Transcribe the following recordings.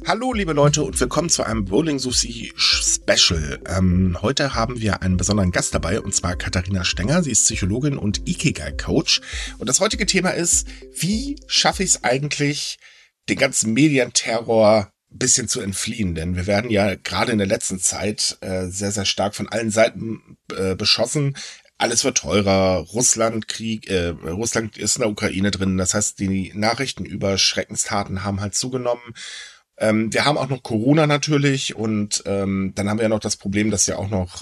Hallo liebe Leute und willkommen zu einem Bowling Sushi Special. Heute haben wir einen besonderen Gast dabei und zwar Katharina Stenger. Sie ist Psychologin und Ikigai Coach. Und das heutige Thema ist, wie schaffe ich es eigentlich, den ganzen Medienterror ein bisschen zu entfliehen? Denn wir werden ja gerade in der letzten Zeit sehr, sehr stark von allen Seiten beschossen. Alles wird teurer, Russland ist in der Ukraine drin. Das heißt, die Nachrichten über Schreckenstaten haben halt zugenommen. Wir haben auch noch Corona natürlich und dann haben wir ja noch das Problem, dass ja auch noch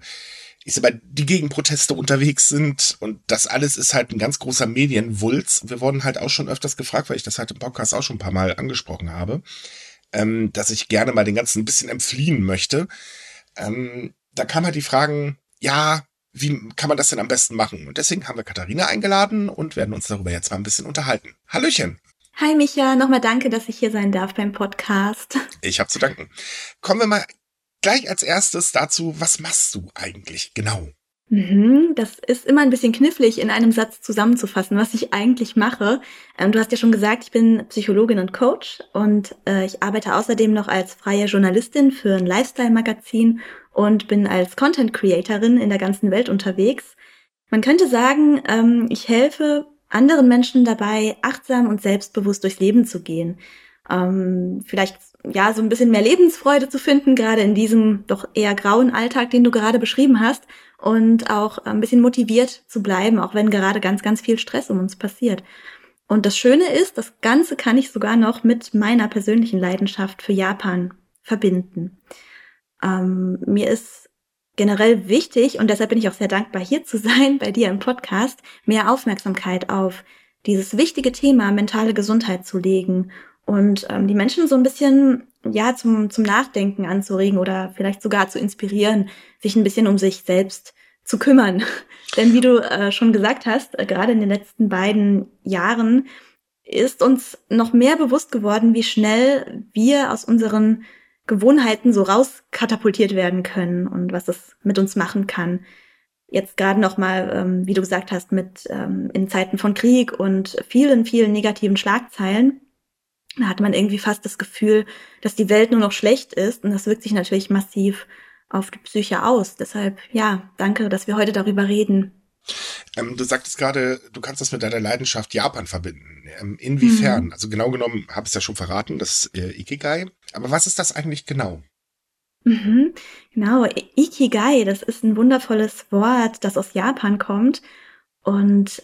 die Gegenproteste unterwegs sind und das alles ist halt ein ganz großer Medienwulst. Wir wurden halt auch schon öfters gefragt, weil ich das halt im Podcast auch schon ein paar Mal angesprochen habe, dass ich gerne mal den ganzen ein bisschen entfliehen möchte. Da kam halt die Fragen, ja, wie kann man das denn am besten machen? Und deswegen haben wir Katharina eingeladen und werden uns darüber jetzt mal ein bisschen unterhalten. Hallöchen! Hi Micha, nochmal danke, dass ich hier sein darf beim Podcast. Ich habe zu danken. Kommen wir mal gleich als erstes dazu, was machst du eigentlich genau? Das ist immer ein bisschen knifflig in einem Satz zusammenzufassen, was ich eigentlich mache. Du hast ja schon gesagt, ich bin Psychologin und Coach und ich arbeite außerdem noch als freie Journalistin für ein Lifestyle-Magazin und bin als Content-Creatorin in der ganzen Welt unterwegs. Man könnte sagen, ich helfe anderen Menschen dabei, achtsam und selbstbewusst durchs Leben zu gehen. Vielleicht ja so ein bisschen mehr Lebensfreude zu finden, gerade in diesem doch eher grauen Alltag, den du gerade beschrieben hast, und auch ein bisschen motiviert zu bleiben, auch wenn gerade ganz, ganz viel Stress um uns passiert. Und das Schöne ist, das Ganze kann ich sogar noch mit meiner persönlichen Leidenschaft für Japan verbinden. Mir ist generell wichtig, und deshalb bin ich auch sehr dankbar, hier zu sein, bei dir im Podcast, mehr Aufmerksamkeit auf dieses wichtige Thema mentale Gesundheit zu legen und die Menschen so ein bisschen ja zum Nachdenken anzuregen oder vielleicht sogar zu inspirieren, sich ein bisschen um sich selbst zu kümmern. Denn wie du schon gesagt hast, gerade in den letzten beiden Jahren ist uns noch mehr bewusst geworden, wie schnell wir aus unseren Gewohnheiten so rauskatapultiert werden können und was das mit uns machen kann. Jetzt gerade nochmal, wie du gesagt hast, mit in Zeiten von Krieg und vielen, vielen negativen Schlagzeilen, da hat man irgendwie fast das Gefühl, dass die Welt nur noch schlecht ist und das wirkt sich natürlich massiv auf die Psyche aus. Deshalb, ja, danke, dass wir heute darüber reden. Du sagtest gerade, du kannst das mit deiner Leidenschaft Japan verbinden. Inwiefern? Also genau genommen, habe ich es ja schon verraten, das Ikigai. Aber was ist das eigentlich genau? Genau, Ikigai, das ist ein wundervolles Wort, das aus Japan kommt. Und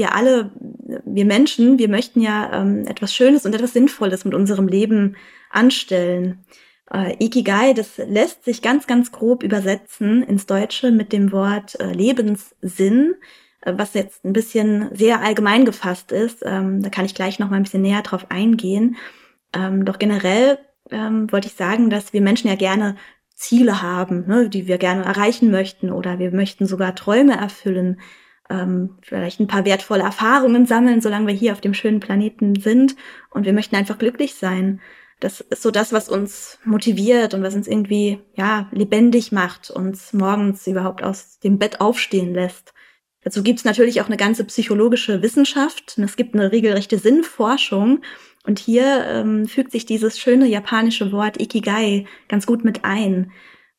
wir Menschen, wir möchten ja etwas Schönes und etwas Sinnvolles mit unserem Leben anstellen. Ikigai, das lässt sich ganz, ganz grob übersetzen ins Deutsche mit dem Wort Lebenssinn, was jetzt ein bisschen sehr allgemein gefasst ist. Da kann ich gleich noch mal ein bisschen näher drauf eingehen. Doch generell wollte ich sagen, dass wir Menschen ja gerne Ziele haben, ne, die wir gerne erreichen möchten oder wir möchten sogar Träume erfüllen, vielleicht ein paar wertvolle Erfahrungen sammeln, solange wir hier auf dem schönen Planeten sind und wir möchten einfach glücklich sein. Das ist so das, was uns motiviert und was uns irgendwie ja lebendig macht, uns morgens überhaupt aus dem Bett aufstehen lässt. Dazu gibt's natürlich auch eine ganze psychologische Wissenschaft und es gibt eine regelrechte Sinnforschung. Und hier fügt sich dieses schöne japanische Wort Ikigai ganz gut mit ein.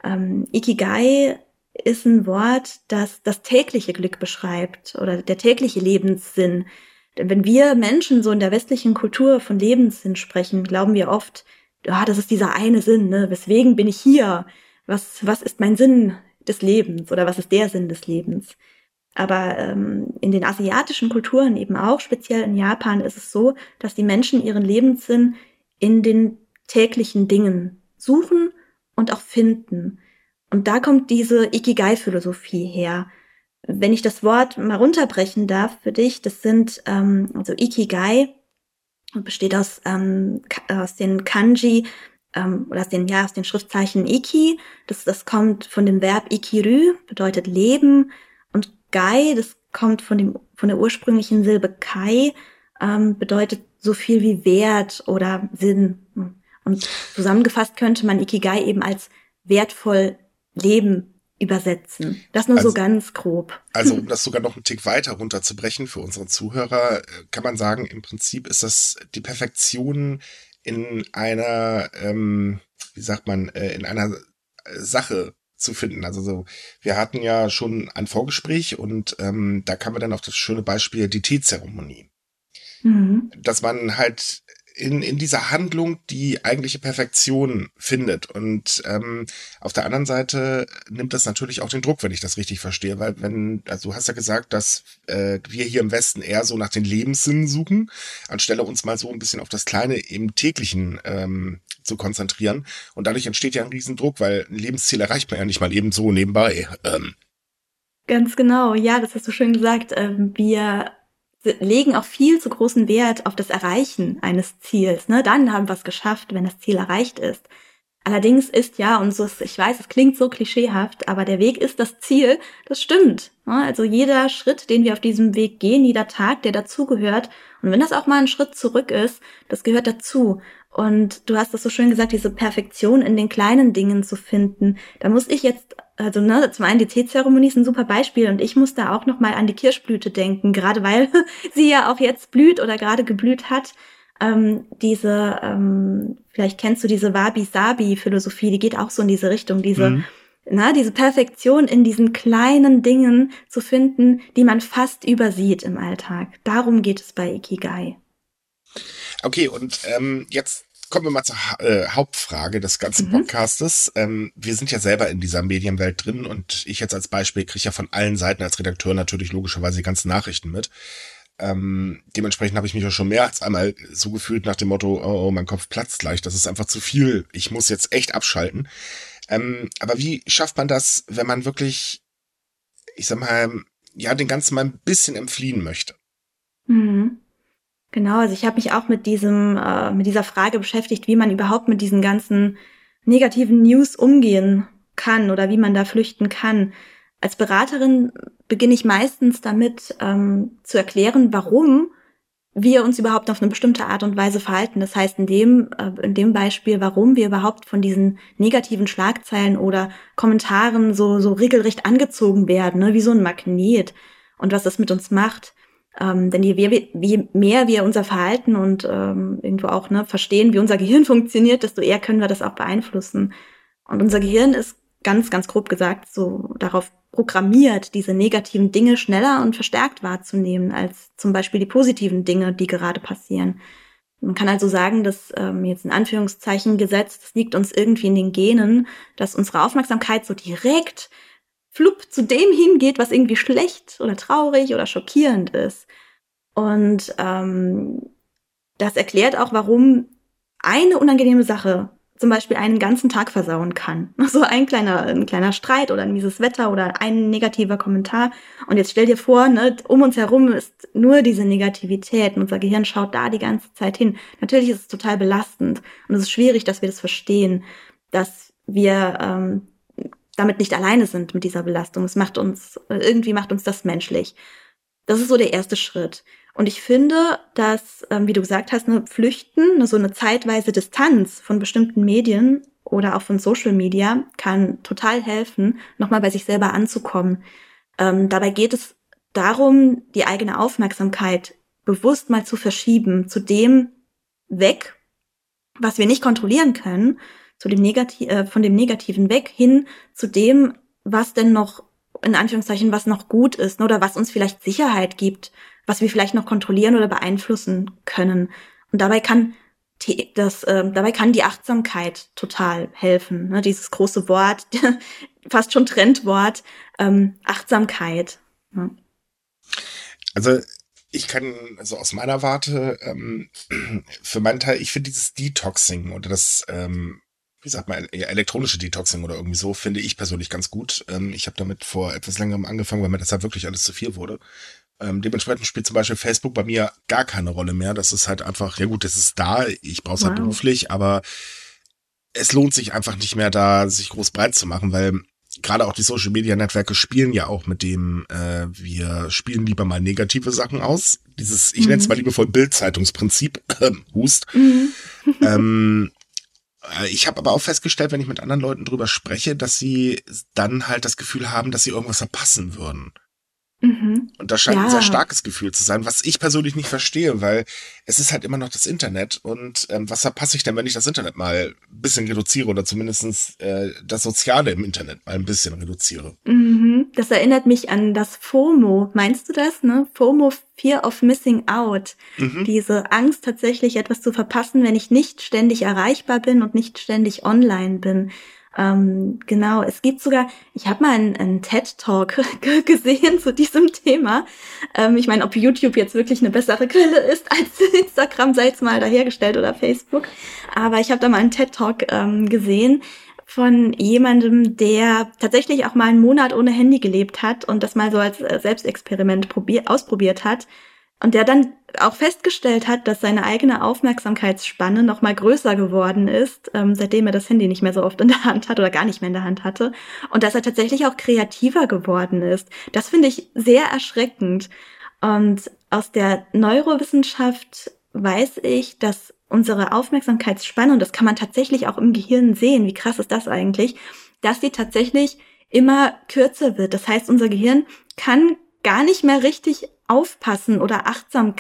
Ikigai ist ein Wort, das das tägliche Glück beschreibt oder der tägliche Lebenssinn. Denn wenn wir Menschen so in der westlichen Kultur von Lebenssinn sprechen, glauben wir oft, ja, das ist dieser eine Sinn, ne? Weswegen bin ich hier? Was ist mein Sinn des Lebens oder was ist der Sinn des Lebens? Aber in den asiatischen Kulturen eben auch, speziell in Japan, ist es so, dass die Menschen ihren Lebenssinn in den täglichen Dingen suchen und auch finden. Und da kommt diese Ikigai-Philosophie her. Wenn ich das Wort mal runterbrechen darf für dich, das sind, also Ikigai besteht aus den Kanji, oder aus den Schriftzeichen Iki. Das kommt von dem Verb Ikiru, bedeutet Leben. Und Gai, das kommt von der ursprünglichen Silbe Kai, bedeutet so viel wie Wert oder Sinn. Und zusammengefasst könnte man Ikigai eben als wertvoll Leben übersetzen. Das nur so ganz grob. Also um das sogar noch einen Tick weiter runterzubrechen für unsere Zuhörer, kann man sagen, im Prinzip ist das die Perfektion in einer, in einer Sache zu finden. Also so, wir hatten ja schon ein Vorgespräch und da kamen wir dann auf das schöne Beispiel die Teezeremonie. Mhm. Dass man halt in dieser Handlung die eigentliche Perfektion findet. Und auf der anderen Seite nimmt das natürlich auch den Druck, wenn ich das richtig verstehe. Weil also du hast ja gesagt, dass wir hier im Westen eher so nach den Lebenssinnen suchen, anstelle uns mal so ein bisschen auf das Kleine im Täglichen zu konzentrieren. Und dadurch entsteht ja ein Riesendruck, weil ein Lebensziel erreicht man ja nicht mal eben so nebenbei. Ganz genau, ja, das hast du schön gesagt. Wir legen auch viel zu großen Wert auf das Erreichen eines Ziels. Ne? Dann haben wir es geschafft, wenn das Ziel erreicht ist. Allerdings ist ja, und so ist, ich weiß, es klingt so klischeehaft, aber der Weg ist das Ziel, das stimmt. Ne? Also jeder Schritt, den wir auf diesem Weg gehen, jeder Tag, der dazugehört, und wenn das auch mal ein Schritt zurück ist, das gehört dazu. Und du hast das so schön gesagt, diese Perfektion in den kleinen Dingen zu finden. Da muss ich jetzt, also ne, zum einen die Teezeremonie ist ein super Beispiel und ich muss da auch noch mal an die Kirschblüte denken, gerade weil sie ja auch jetzt blüht oder gerade geblüht hat. Vielleicht kennst du diese Wabi-Sabi-Philosophie, die geht auch so in diese Richtung, diese Perfektion in diesen kleinen Dingen zu finden, die man fast übersieht im Alltag. Darum geht es bei Ikigai. Okay, und jetzt kommen wir mal zur Hauptfrage des ganzen Podcastes. Wir sind ja selber in dieser Medienwelt drin und ich jetzt als Beispiel kriege ja von allen Seiten als Redakteur natürlich logischerweise die ganzen Nachrichten mit. Dementsprechend habe ich mich auch schon mehr als einmal so gefühlt nach dem Motto, oh, mein Kopf platzt gleich, das ist einfach zu viel, ich muss jetzt echt abschalten. Aber wie schafft man das, wenn man wirklich, ich sag mal, ja, den Ganzen mal ein bisschen entfliehen möchte? Mhm. Genau, also ich habe mich auch mit dieser Frage beschäftigt, wie man überhaupt mit diesen ganzen negativen News umgehen kann oder wie man da flüchten kann. Als Beraterin beginne ich meistens damit, zu erklären, warum wir uns überhaupt auf eine bestimmte Art und Weise verhalten. Das heißt, in dem Beispiel, warum wir überhaupt von diesen negativen Schlagzeilen oder Kommentaren so regelrecht angezogen werden, ne, wie so ein Magnet, und was das mit uns macht. Denn je mehr wir unser Verhalten und irgendwo auch verstehen, wie unser Gehirn funktioniert, desto eher können wir das auch beeinflussen. Und unser Gehirn ist ganz, ganz grob gesagt so darauf programmiert, diese negativen Dinge schneller und verstärkt wahrzunehmen, als zum Beispiel die positiven Dinge, die gerade passieren. Man kann also sagen, dass jetzt in Anführungszeichen gesetzt, das liegt uns irgendwie in den Genen, dass unsere Aufmerksamkeit so direkt flupp zu dem hingeht, was irgendwie schlecht oder traurig oder schockierend ist. Und das erklärt auch, warum eine unangenehme Sache zum Beispiel einen ganzen Tag versauen kann. So ein kleiner Streit oder ein mieses Wetter oder ein negativer Kommentar. Und jetzt stell dir vor, ne, um uns herum ist nur diese Negativität und unser Gehirn schaut da die ganze Zeit hin. Natürlich ist es total belastend und es ist schwierig, dass wir das verstehen, dass wir damit nicht alleine sind mit dieser Belastung. Irgendwie macht uns das menschlich. Das ist so der erste Schritt. Und ich finde, dass, wie du gesagt hast, Flüchten, so eine zeitweise Distanz von bestimmten Medien oder auch von Social Media kann total helfen, nochmal bei sich selber anzukommen. Dabei geht es darum, die eigene Aufmerksamkeit bewusst mal zu verschieben, zu dem weg, was wir nicht kontrollieren können, von dem Negativen weg hin zu dem, was denn noch, in Anführungszeichen, was noch gut ist, oder was uns vielleicht Sicherheit gibt, was wir vielleicht noch kontrollieren oder beeinflussen können. Und dabei kann die Achtsamkeit total helfen. Ne? Dieses große Wort, fast schon Trendwort, Achtsamkeit. Ne? Also ich kann, also aus meiner Warte, für meinen Teil, ich finde dieses Detoxing oder das, wie sagt man, elektronische Detoxing oder irgendwie so, finde ich persönlich ganz gut. Ich habe damit vor etwas längerem angefangen, weil mir das halt wirklich alles zu viel wurde. Dementsprechend spielt zum Beispiel Facebook bei mir gar keine Rolle mehr. Das ist halt einfach, ja gut, das ist da, ich brauche es halt beruflich, aber es lohnt sich einfach nicht mehr, da sich groß breit zu machen, weil gerade auch die Social-Media-Netzwerke spielen ja auch mit dem, wir spielen lieber mal negative Sachen aus. Dieses, ich nenne es mal liebevoll Bild-Zeitungsprinzip, Hust. Ich habe aber auch festgestellt, wenn ich mit anderen Leuten drüber spreche, dass sie dann halt das Gefühl haben, dass sie irgendwas verpassen würden. Mhm. Und das scheint ein sehr starkes Gefühl zu sein, was ich persönlich nicht verstehe, weil es ist halt immer noch das Internet. Und was verpasse ich denn, wenn ich das Internet mal ein bisschen reduziere oder zumindest das Soziale im Internet mal ein bisschen reduziere? Mhm. Das erinnert mich an das FOMO. Meinst du das, ne? FOMO, Fear of Missing Out. Mhm. Diese Angst, tatsächlich etwas zu verpassen, wenn ich nicht ständig erreichbar bin und nicht ständig online bin. Genau, es gibt sogar, ich habe mal einen TED-Talk gesehen zu diesem Thema. Ich meine, ob YouTube jetzt wirklich eine bessere Quelle ist als Instagram, sei jetzt mal dahergestellt, oder Facebook. Aber ich habe da mal einen TED-Talk gesehen von jemandem, der tatsächlich auch mal einen Monat ohne Handy gelebt hat und das mal so als Selbstexperiment ausprobiert hat. Und der dann auch festgestellt hat, dass seine eigene Aufmerksamkeitsspanne noch mal größer geworden ist, seitdem er das Handy nicht mehr so oft in der Hand hat oder gar nicht mehr in der Hand hatte. Und dass er tatsächlich auch kreativer geworden ist. Das finde ich sehr erschreckend. Und aus der Neurowissenschaft weiß ich, dass unsere Aufmerksamkeitsspanne, und das kann man tatsächlich auch im Gehirn sehen, wie krass ist das eigentlich, dass die tatsächlich immer kürzer wird. Das heißt, unser Gehirn kann gar nicht mehr richtig aufpassen oder achtsam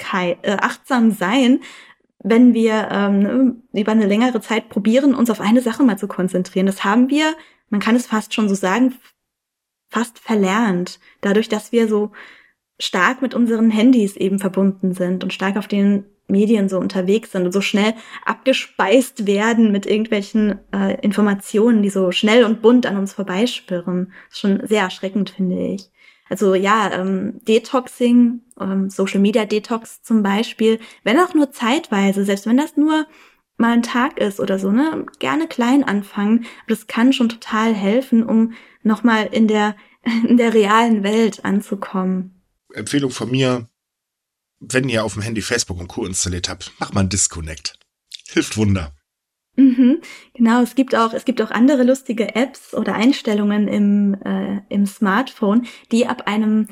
sein, wenn wir über eine längere Zeit probieren, uns auf eine Sache mal zu konzentrieren. Das haben wir, man kann es fast schon so sagen, fast verlernt, dadurch, dass wir so stark mit unseren Handys eben verbunden sind und stark auf den Medien so unterwegs sind und so schnell abgespeist werden mit irgendwelchen Informationen, die so schnell und bunt an uns vorbeischwirren. Das ist schon sehr erschreckend, finde ich. Also ja, Detoxing, Social Media Detox zum Beispiel, wenn auch nur zeitweise, selbst wenn das nur mal ein Tag ist oder so, ne, gerne klein anfangen. Das kann schon total helfen, um nochmal in der realen Welt anzukommen. Empfehlung von mir, wenn ihr auf dem Handy Facebook und Co. installiert habt, macht mal einen Disconnect. Hilft Wunder. Mhm, genau, es gibt auch andere lustige Apps oder Einstellungen im Smartphone, die ab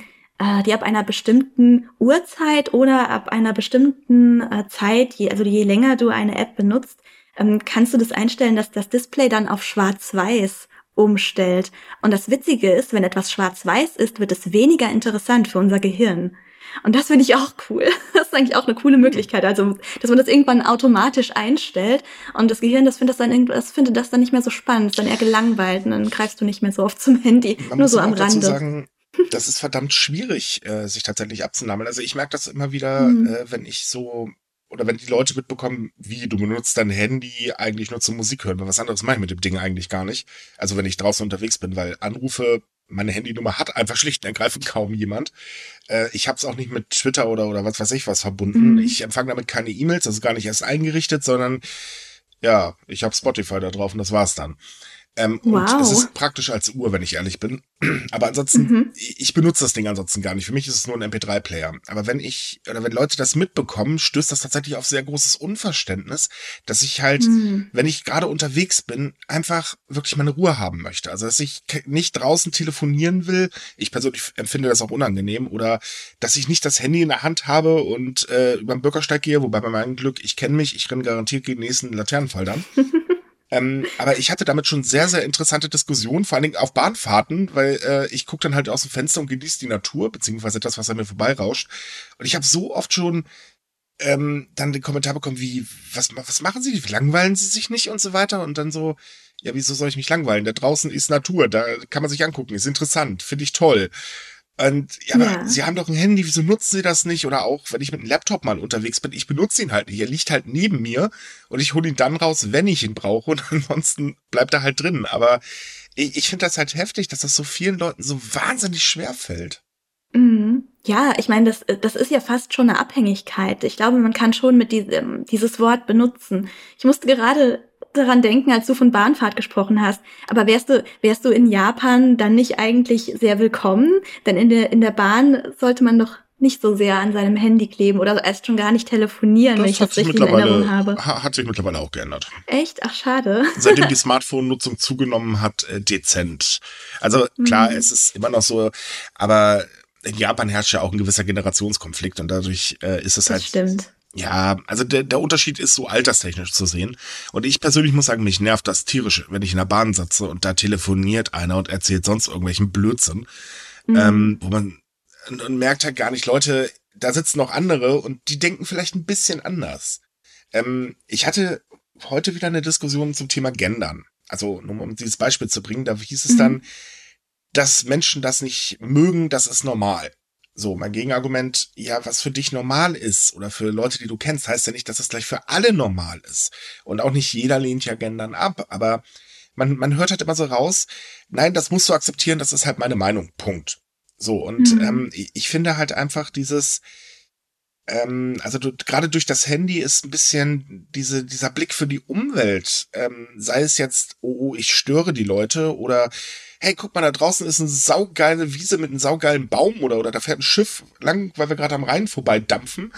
einer bestimmten Uhrzeit oder ab einer bestimmten Zeit, je länger du eine App benutzt, kannst du das einstellen, dass das Display dann auf schwarz-weiß umstellt. Und das Witzige ist, wenn etwas schwarz-weiß ist, wird es weniger interessant für unser Gehirn. Und das finde ich auch cool. Das ist eigentlich auch eine coole Möglichkeit. Also, dass man das irgendwann automatisch einstellt und das Gehirn, das findet das dann nicht mehr so spannend, ist dann eher gelangweilt und dann greifst du nicht mehr so oft zum Handy, Man nur muss so auch am dazu Rande. sagen, das ist verdammt schwierig, sich tatsächlich abzunahmen. Also ich merke das immer wieder, wenn ich so, oder wenn die Leute mitbekommen, wie du benutzt dein Handy eigentlich nur zum Musik hören, weil was anderes mache ich mit dem Ding eigentlich gar nicht. Also wenn ich draußen unterwegs bin, weil Anrufe, meine Handynummer hat einfach schlicht und ergreifend kaum jemand. Ich habe es auch nicht mit Twitter oder was weiß ich was verbunden. Ich empfange damit keine E-Mails, also gar nicht erst eingerichtet, sondern ja, ich habe Spotify da drauf und das war's dann. Und es ist praktisch als Uhr, wenn ich ehrlich bin. Aber ansonsten, ich benutze das Ding ansonsten gar nicht. Für mich ist es nur ein MP3-Player. Aber wenn Leute das mitbekommen, stößt das tatsächlich auf sehr großes Unverständnis, dass ich halt, wenn ich gerade unterwegs bin, einfach wirklich meine Ruhe haben möchte. Also, dass ich nicht draußen telefonieren will. Ich persönlich empfinde das auch unangenehm. Oder, dass ich nicht das Handy in der Hand habe und über den Bürgersteig gehe. Wobei bei meinem Glück, ich kenne mich, ich renne garantiert gegen den nächsten Laternenfall dann. Aber ich hatte damit schon sehr, sehr interessante Diskussionen, vor allen Dingen auf Bahnfahrten, weil ich gucke dann halt aus dem Fenster und genieße die Natur, beziehungsweise das, was an mir vorbeirauscht. Und ich habe so oft schon dann den Kommentar bekommen, wie, was machen Sie? Langweilen Sie sich nicht und so weiter? Und dann so, ja, wieso soll ich mich langweilen? Da draußen ist Natur, da kann man sich angucken, ist interessant, finde ich toll. Und ja, aber Sie haben doch ein Handy, wieso nutzen Sie das nicht? Oder auch, wenn ich mit einem Laptop mal unterwegs bin, ich benutze ihn halt nicht. Er liegt halt neben mir und ich hole ihn dann raus, wenn ich ihn brauche und ansonsten bleibt er halt drin. Aber ich finde das halt heftig, dass das so vielen Leuten so wahnsinnig schwer fällt. Ja, ich meine, das ist ja fast schon eine Abhängigkeit. Ich glaube, man kann schon mit dieses Wort benutzen. Ich musste gerade daran denken, als du von Bahnfahrt gesprochen hast. Aber wärst du in Japan dann nicht eigentlich sehr willkommen? Denn in der Bahn sollte man doch nicht so sehr an seinem Handy kleben oder erst schon gar nicht telefonieren, wenn ich das richtig in Erinnerung habe. Hat sich mittlerweile auch geändert. Echt? Ach, schade. Seitdem die Smartphone-Nutzung zugenommen hat, dezent. Also klar, es ist immer noch so, aber in Japan herrscht ja auch ein gewisser Generationskonflikt und dadurch ist es halt. Das stimmt. Ja, also der Unterschied ist so alterstechnisch zu sehen. Und ich persönlich muss sagen, mich nervt das tierisch, wenn ich in der Bahn sitze und da telefoniert einer und erzählt sonst irgendwelchen Blödsinn. Wo man, und merkt halt gar nicht, Leute, da sitzen noch andere und die denken vielleicht ein bisschen anders. Ich hatte heute wieder eine Diskussion zum Thema Gendern. Also, nur um dieses Beispiel zu bringen, da hieß es dann, dass Menschen das nicht mögen, das ist normal. So, mein Gegenargument, ja, was für dich normal ist oder für Leute, die du kennst, heißt ja nicht, dass es gleich für alle normal ist. Und auch nicht jeder lehnt ja Gendern ab, aber man hört halt immer so raus, nein, das musst du akzeptieren, das ist halt meine Meinung, Punkt. So, und ich finde halt einfach dieses, also gerade durch das Handy ist ein bisschen dieser Blick für die Umwelt, sei es jetzt, oh, ich störe die Leute oder hey, guck mal, da draußen ist eine saugeile Wiese mit einem saugeilen Baum oder da fährt ein Schiff lang, weil wir gerade am Rhein vorbeidampfen.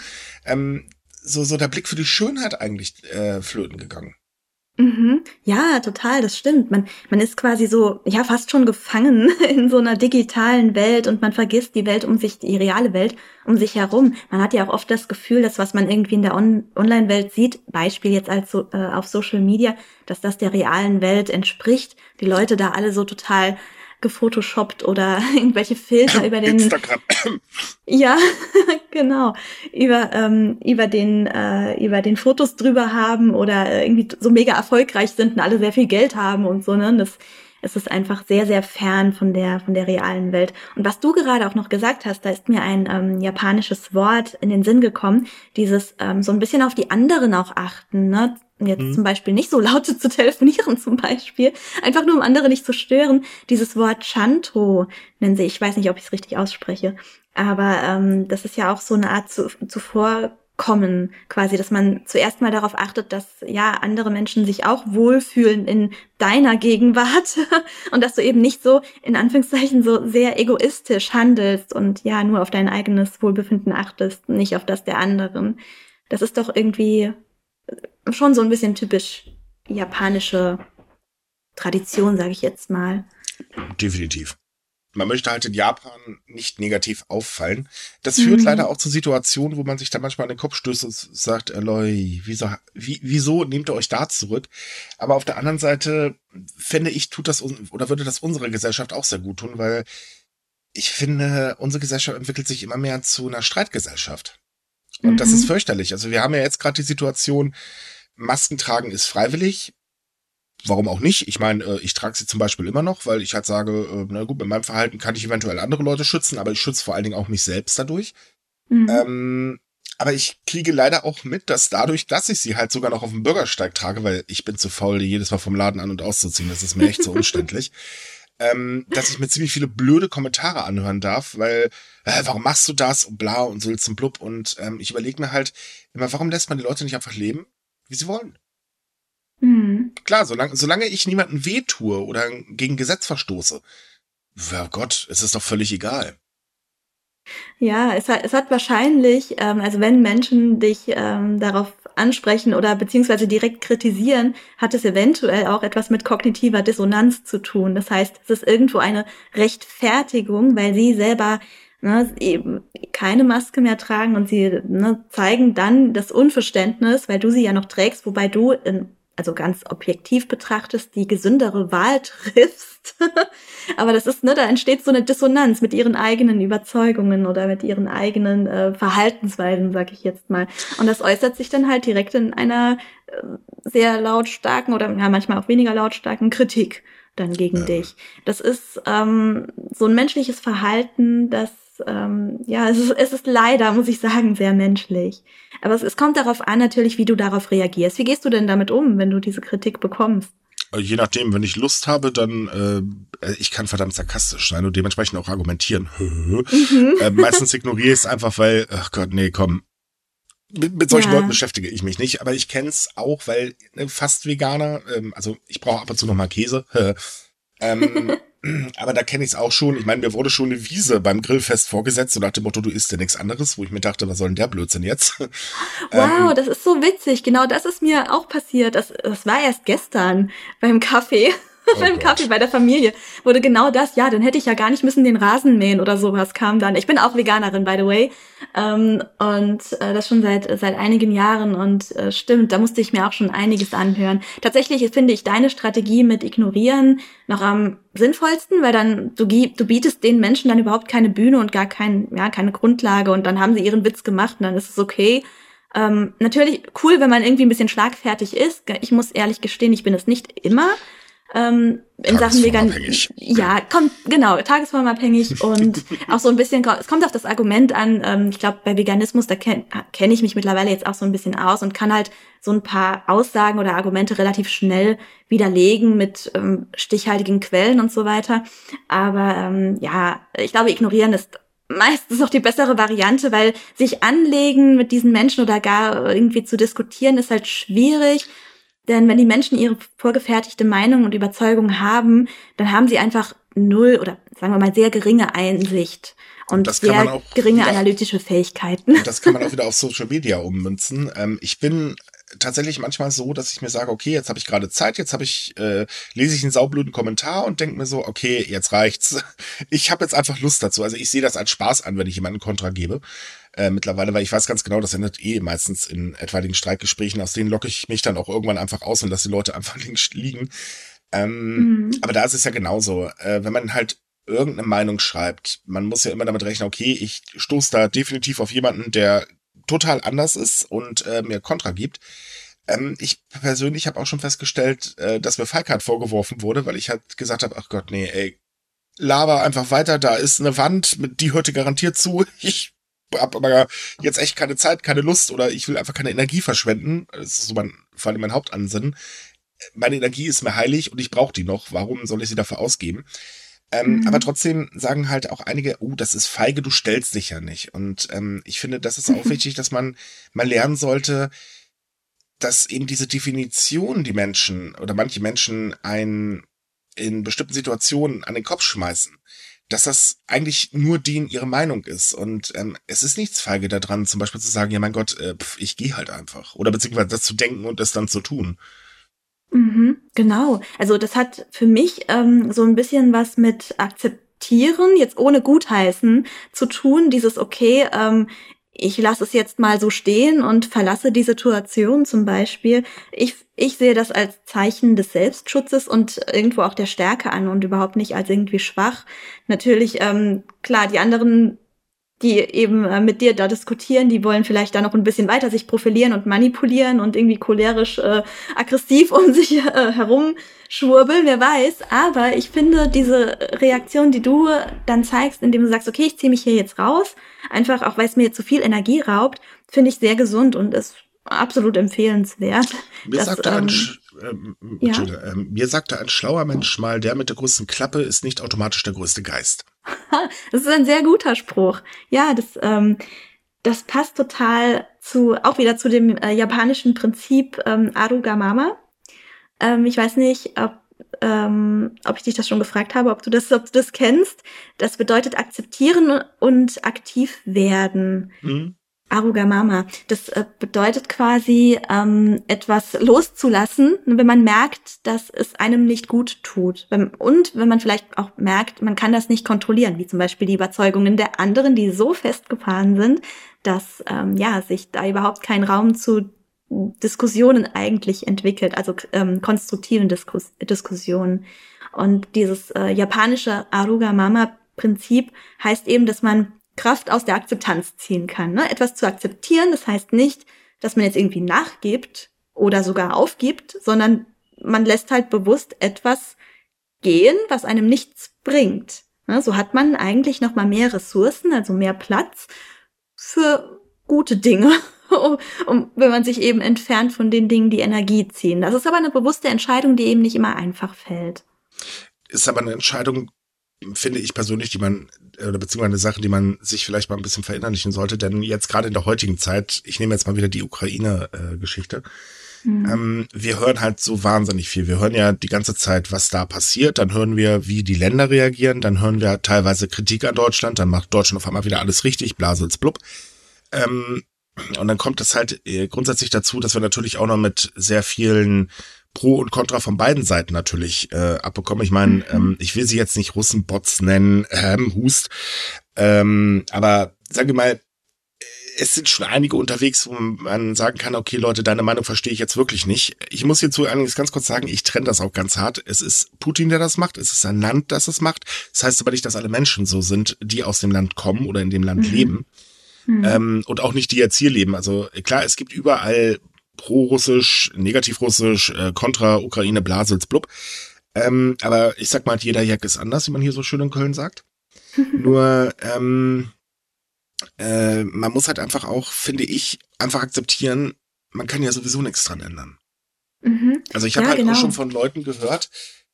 So der Blick für die Schönheit eigentlich flöten gegangen. Mhm. Ja, total, das stimmt. Man ist quasi so, ja, fast schon gefangen in so einer digitalen Welt und man vergisst die Welt um sich, die reale Welt um sich herum. Man hat ja auch oft das Gefühl, dass was man irgendwie in der Online-Welt sieht, Beispiel jetzt als so, auf Social Media, dass das der realen Welt entspricht. Die Leute da alle so total gefotoshoppt oder irgendwelche Filter über den Instagram. Ja, genau. Über den Fotos drüber haben oder irgendwie so mega erfolgreich sind und alle sehr viel Geld haben und so, ne? Es ist einfach sehr, sehr fern von der realen Welt. Und was du gerade auch noch gesagt hast, da ist mir ein japanisches Wort in den Sinn gekommen, dieses so ein bisschen auf die anderen auch achten, ne? Jetzt zum Beispiel nicht so laut zu telefonieren zum Beispiel, einfach nur um andere nicht zu stören. Dieses Wort Chanto nennen sie, ich weiß nicht, ob ich es richtig ausspreche, aber das ist ja auch so eine Art Zuvorkommen quasi, dass man zuerst mal darauf achtet, dass ja andere Menschen sich auch wohlfühlen in deiner Gegenwart und dass du eben nicht so in Anführungszeichen so sehr egoistisch handelst und ja nur auf dein eigenes Wohlbefinden achtest, nicht auf das der anderen. Das ist doch irgendwie schon so ein bisschen typisch japanische Tradition, sage ich jetzt mal. Definitiv. Man möchte halt in Japan nicht negativ auffallen. Das führt leider auch zu Situationen, wo man sich da manchmal an den Kopf stößt und sagt, Leute, wieso nehmt ihr euch da zurück? Aber auf der anderen Seite finde ich, würde das unsere Gesellschaft auch sehr gut tun, weil ich finde, unsere Gesellschaft entwickelt sich immer mehr zu einer Streitgesellschaft. Und das ist fürchterlich. Also wir haben ja jetzt gerade die Situation, Masken tragen ist freiwillig. Warum auch nicht? Ich meine, ich trage sie zum Beispiel immer noch, weil ich halt sage, na gut, mit meinem Verhalten kann ich eventuell andere Leute schützen, aber ich schütze vor allen Dingen auch mich selbst dadurch. Aber ich kriege leider auch mit, dass dadurch, dass ich sie halt sogar noch auf dem Bürgersteig trage, weil ich bin zu faul, die jedes Mal vom Laden an- und auszuziehen, das ist mir echt so umständlich, dass ich mir ziemlich viele blöde Kommentare anhören darf, weil, warum machst du das und bla und Sülz und blub und ich überlege mir halt immer, warum lässt man die Leute nicht einfach leben, wie sie wollen? Klar, solange ich niemandem wehtue oder gegen Gesetz verstoße, ja Gott, es ist doch völlig egal. Ja, es hat wahrscheinlich, also wenn Menschen dich darauf ansprechen oder beziehungsweise direkt kritisieren, hat es eventuell auch etwas mit kognitiver Dissonanz zu tun. Das heißt, es ist irgendwo eine Rechtfertigung, weil sie selber eben keine Maske mehr tragen und sie zeigen dann das Unverständnis, weil du sie ja noch trägst, wobei du also ganz objektiv betrachtest, die gesündere Wahl triffst. Aber das ist, da entsteht so eine Dissonanz mit ihren eigenen Überzeugungen oder mit ihren eigenen Verhaltensweisen, sag ich jetzt mal. Und das äußert sich dann halt direkt in einer sehr lautstarken oder ja, manchmal auch weniger lautstarken Kritik dann gegen dich. Das ist so ein menschliches Verhalten, das es ist leider, muss ich sagen, sehr menschlich. Aber es kommt darauf an, natürlich, wie du darauf reagierst. Wie gehst du denn damit um, wenn du diese Kritik bekommst? Je nachdem, wenn ich Lust habe, dann, ich kann verdammt sarkastisch sein und dementsprechend auch argumentieren. Meistens ignoriere ich es einfach, weil, ach Gott, nee, komm. Mit solchen Leuten beschäftige ich mich nicht, aber ich kenne es auch, weil fast Veganer, also ich brauche ab und zu noch mal Käse, aber da kenne ich es auch schon. Ich meine, mir wurde schon eine Wiese beim Grillfest vorgesetzt, so nach dem Motto, du isst ja nichts anderes, wo ich mir dachte, was soll denn der Blödsinn jetzt? Wow, das ist so witzig. Genau das ist mir auch passiert. Das war erst gestern beim Kaffee. beim Kaffee bei der Familie wurde genau das, ja, dann hätte ich ja gar nicht müssen den Rasen mähen oder sowas kam dann. Ich bin auch Veganerin, by the way, und das schon seit einigen Jahren und stimmt, da musste ich mir auch schon einiges anhören. Tatsächlich finde ich deine Strategie mit Ignorieren noch am sinnvollsten, weil dann du bietest den Menschen dann überhaupt keine Bühne und gar keine Grundlage und dann haben sie ihren Witz gemacht und dann ist es okay. Natürlich cool, wenn man irgendwie ein bisschen schlagfertig ist. Ich muss ehrlich gestehen, ich bin es nicht immer. In Sachen Vegan, ja, tagesformabhängig und auch so ein bisschen, es kommt auf das Argument an, ich glaube, bei Veganismus, da kenn ich mich mittlerweile jetzt auch so ein bisschen aus und kann halt so ein paar Aussagen oder Argumente relativ schnell widerlegen mit stichhaltigen Quellen und so weiter. Aber ja, ich glaube, ignorieren ist meistens auch die bessere Variante, weil sich anlegen mit diesen Menschen oder gar irgendwie zu diskutieren, ist halt schwierig. Denn wenn die Menschen ihre vorgefertigte Meinung und Überzeugung haben, dann haben sie einfach null oder sagen wir mal sehr geringe Einsicht und sehr geringe analytische Fähigkeiten. Und das kann man auch wieder auf Social Media ummünzen. Ich bin tatsächlich manchmal so, dass ich mir sage, okay, jetzt habe ich gerade Zeit, lese ich einen saublöden Kommentar und denke mir so, okay, jetzt reicht's. Ich habe jetzt einfach Lust dazu. Also ich sehe das als Spaß an, wenn ich jemanden Kontra gebe. Mittlerweile, weil ich weiß ganz genau, das endet meistens in etwaigen Streitgesprächen, aus denen locke ich mich dann auch irgendwann einfach aus und lasse die Leute einfach links liegen. Aber da ist es ja genauso. Wenn man halt irgendeine Meinung schreibt, man muss ja immer damit rechnen, okay, ich stoße da definitiv auf jemanden, der total anders ist und mir Kontra gibt. Ich persönlich habe auch schon festgestellt, dass mir Feigheit vorgeworfen wurde, weil ich halt gesagt habe, ach Gott, nee, ey, laber einfach weiter, da ist eine Wand, die hört dir garantiert zu. Ich habe aber jetzt echt keine Zeit, keine Lust oder ich will einfach keine Energie verschwenden. Das ist so vor allem mein Hauptansinnen. Meine Energie ist mir heilig und ich brauche die noch. Warum soll ich sie dafür ausgeben? Aber trotzdem sagen halt auch einige, das ist feige, du stellst dich ja nicht. Und ich finde, das ist auch wichtig, dass man mal lernen sollte, dass eben diese Definition, die Menschen oder manche Menschen in bestimmten Situationen an den Kopf schmeißen, dass das eigentlich nur denen ihre Meinung ist. Und es ist nichts feige daran, zum Beispiel zu sagen, ja mein Gott, ich gehe halt einfach. Oder beziehungsweise das zu denken und es dann zu tun. Genau. Also das hat für mich so ein bisschen was mit Akzeptieren, jetzt ohne Gutheißen, zu tun. Dieses, okay, ich lasse es jetzt mal so stehen und verlasse die Situation zum Beispiel. Ich sehe das als Zeichen des Selbstschutzes und irgendwo auch der Stärke an und überhaupt nicht als irgendwie schwach. Natürlich, klar, die anderen, die eben mit dir da diskutieren, die wollen vielleicht da noch ein bisschen weiter sich profilieren und manipulieren und irgendwie cholerisch, aggressiv um sich herumschwurbeln, wer weiß. Aber ich finde diese Reaktion, die du dann zeigst, indem du sagst, okay, ich ziehe mich hier jetzt raus, einfach auch, weil es mir jetzt zu viel Energie raubt, finde ich sehr gesund und ist absolut empfehlenswert. Mir sagte ein schlauer Mensch mal, der mit der größten Klappe ist nicht automatisch der größte Geist. Das ist ein sehr guter Spruch. Ja, das passt total auch wieder zu dem japanischen Prinzip Arugamama. Ich weiß nicht, ob ich dich das schon gefragt habe, ob du das kennst. Das bedeutet akzeptieren und aktiv werden. Arugamama. Das bedeutet quasi, etwas loszulassen, wenn man merkt, dass es einem nicht gut tut. Und wenn man vielleicht auch merkt, man kann das nicht kontrollieren, wie zum Beispiel die Überzeugungen der anderen, die so festgefahren sind, dass sich da überhaupt kein Raum zu Diskussionen eigentlich entwickelt, also konstruktiven Diskussionen. Und dieses japanische Arugamama-Prinzip heißt eben, dass man Kraft aus der Akzeptanz ziehen kann. Ne? Etwas zu akzeptieren, das heißt nicht, dass man jetzt irgendwie nachgibt oder sogar aufgibt, sondern man lässt halt bewusst etwas gehen, was einem nichts bringt. Ne? So hat man eigentlich noch mal mehr Ressourcen, also mehr Platz für gute Dinge, wenn man sich eben entfernt von den Dingen, die Energie ziehen. Das ist aber eine bewusste Entscheidung, die eben nicht immer einfach fällt. Ist aber eine Entscheidung, finde ich persönlich, beziehungsweise eine Sache, die man sich vielleicht mal ein bisschen verinnerlichen sollte, denn jetzt gerade in der heutigen Zeit, ich nehme jetzt mal wieder die Ukraine-Geschichte, wir hören halt so wahnsinnig viel. Wir hören ja die ganze Zeit, was da passiert, dann hören wir, wie die Länder reagieren, dann hören wir teilweise Kritik an Deutschland, dann macht Deutschland auf einmal wieder alles richtig, Blasels blub. Und dann kommt es halt grundsätzlich dazu, dass wir natürlich auch noch mit sehr vielen Pro und Contra von beiden Seiten natürlich abbekommen. Ich meine, ich will sie jetzt nicht Russenbots nennen, Hust, aber sage mal, es sind schon einige unterwegs, wo man sagen kann, okay Leute, deine Meinung verstehe ich jetzt wirklich nicht. Ich muss hierzu allerdings ganz kurz sagen, ich trenne das auch ganz hart. Es ist Putin, der das macht, es ist ein Land, das es macht. Das heißt aber nicht, dass alle Menschen so sind, die aus dem Land kommen oder in dem Land leben. Und auch nicht die jetzt hier leben. Also klar, es gibt überall pro-russisch, negativ-russisch, kontra Ukraine, Blasels, blub. Aber ich sag mal, jeder Jack ist anders, wie man hier so schön in Köln sagt. Nur, man muss halt einfach auch, finde ich, einfach akzeptieren, man kann ja sowieso nichts dran ändern. Also ich habe auch schon von Leuten gehört,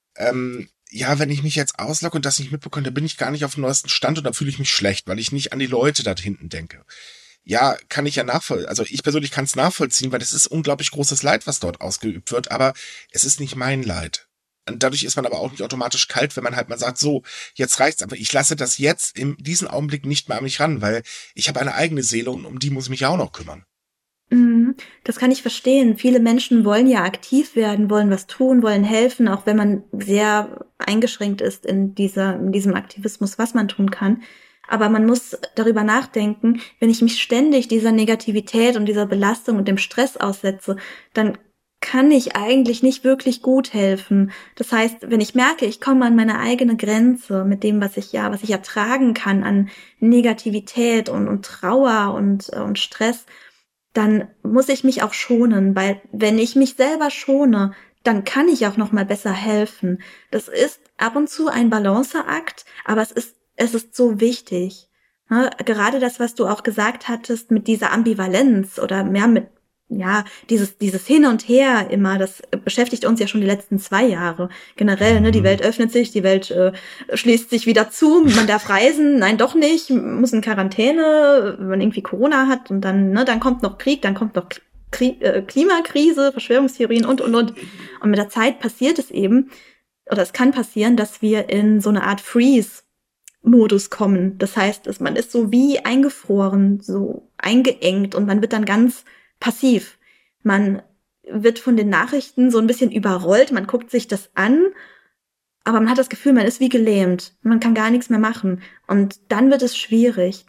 ja, wenn ich mich jetzt auslogge und das nicht mitbekomme, dann bin ich gar nicht auf dem neuesten Stand und dann fühle ich mich schlecht, weil ich nicht an die Leute da hinten denke. Ja, kann ich ja nachvollziehen. Also ich persönlich kann es nachvollziehen, weil das ist unglaublich großes Leid, was dort ausgeübt wird, aber es ist nicht mein Leid. Und dadurch ist man aber auch nicht automatisch kalt, wenn man halt mal sagt, so, jetzt reicht's, aber ich lasse das jetzt in diesem Augenblick nicht mehr an mich ran, weil ich habe eine eigene Seele und um die muss ich mich ja auch noch kümmern. Das kann ich verstehen. Viele Menschen wollen ja aktiv werden, wollen was tun, wollen helfen, auch wenn man sehr eingeschränkt ist in diesem Aktivismus, was man tun kann. Aber man muss darüber nachdenken, wenn ich mich ständig dieser Negativität und dieser Belastung und dem Stress aussetze, dann kann ich eigentlich nicht wirklich gut helfen. Das heißt, wenn ich merke, ich komme an meine eigene Grenze mit dem, was ich ertragen kann an Negativität und Trauer und Stress, dann muss ich mich auch schonen, weil wenn ich mich selber schone, dann kann ich auch noch mal besser helfen. Das ist ab und zu ein Balanceakt, aber es ist so wichtig. Ne? Gerade das, was du auch gesagt hattest mit dieser Ambivalenz oder mehr mit dieses Hin und Her immer, das beschäftigt uns ja schon die letzten 2 Jahre. Generell, ne, die Welt öffnet sich, die Welt schließt sich wieder zu, man darf reisen, nein, doch nicht, muss in Quarantäne, wenn man irgendwie Corona hat und dann kommt noch Krieg, dann kommt noch Klimakrise, Verschwörungstheorien und. Und mit der Zeit passiert es eben, oder es kann passieren, dass wir in so eine Art Freeze-Modus kommen. Das heißt, man ist so wie eingefroren, so eingeengt und man wird dann ganz passiv. Man wird von den Nachrichten so ein bisschen überrollt, man guckt sich das an, aber man hat das Gefühl, man ist wie gelähmt. Man kann gar nichts mehr machen. Und dann wird es schwierig.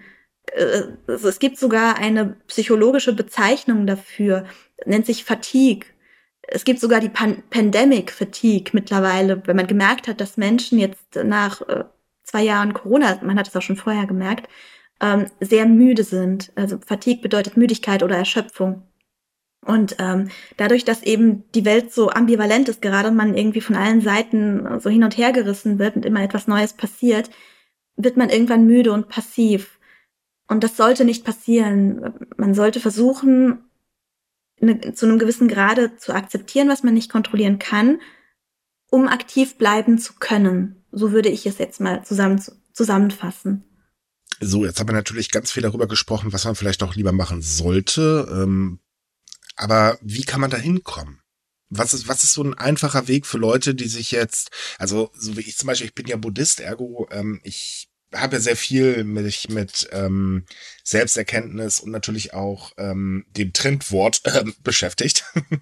Es gibt sogar eine psychologische Bezeichnung dafür, nennt sich Fatigue. Es gibt sogar die Pandemic Fatigue mittlerweile, wenn man gemerkt hat, dass Menschen jetzt nach 2 Jahren Corona, man hat es auch schon vorher gemerkt, sehr müde sind. Also Fatigue bedeutet Müdigkeit oder Erschöpfung. Und dadurch, dass eben die Welt so ambivalent ist gerade und man irgendwie von allen Seiten so hin und her gerissen wird und immer etwas Neues passiert, wird man irgendwann müde und passiv. Und das sollte nicht passieren. Man sollte versuchen, zu einem gewissen Grade zu akzeptieren, was man nicht kontrollieren kann, um aktiv bleiben zu können. So würde ich es jetzt mal zusammenfassen. So, jetzt haben wir natürlich ganz viel darüber gesprochen, was man vielleicht auch lieber machen sollte. Aber wie kann man da hinkommen? Was ist so ein einfacher Weg für Leute, die sich jetzt, also so wie ich zum Beispiel, ich bin ja Buddhist, ergo ich habe ja sehr viel mich mit Selbsterkenntnis und natürlich auch dem Trendwort beschäftigt.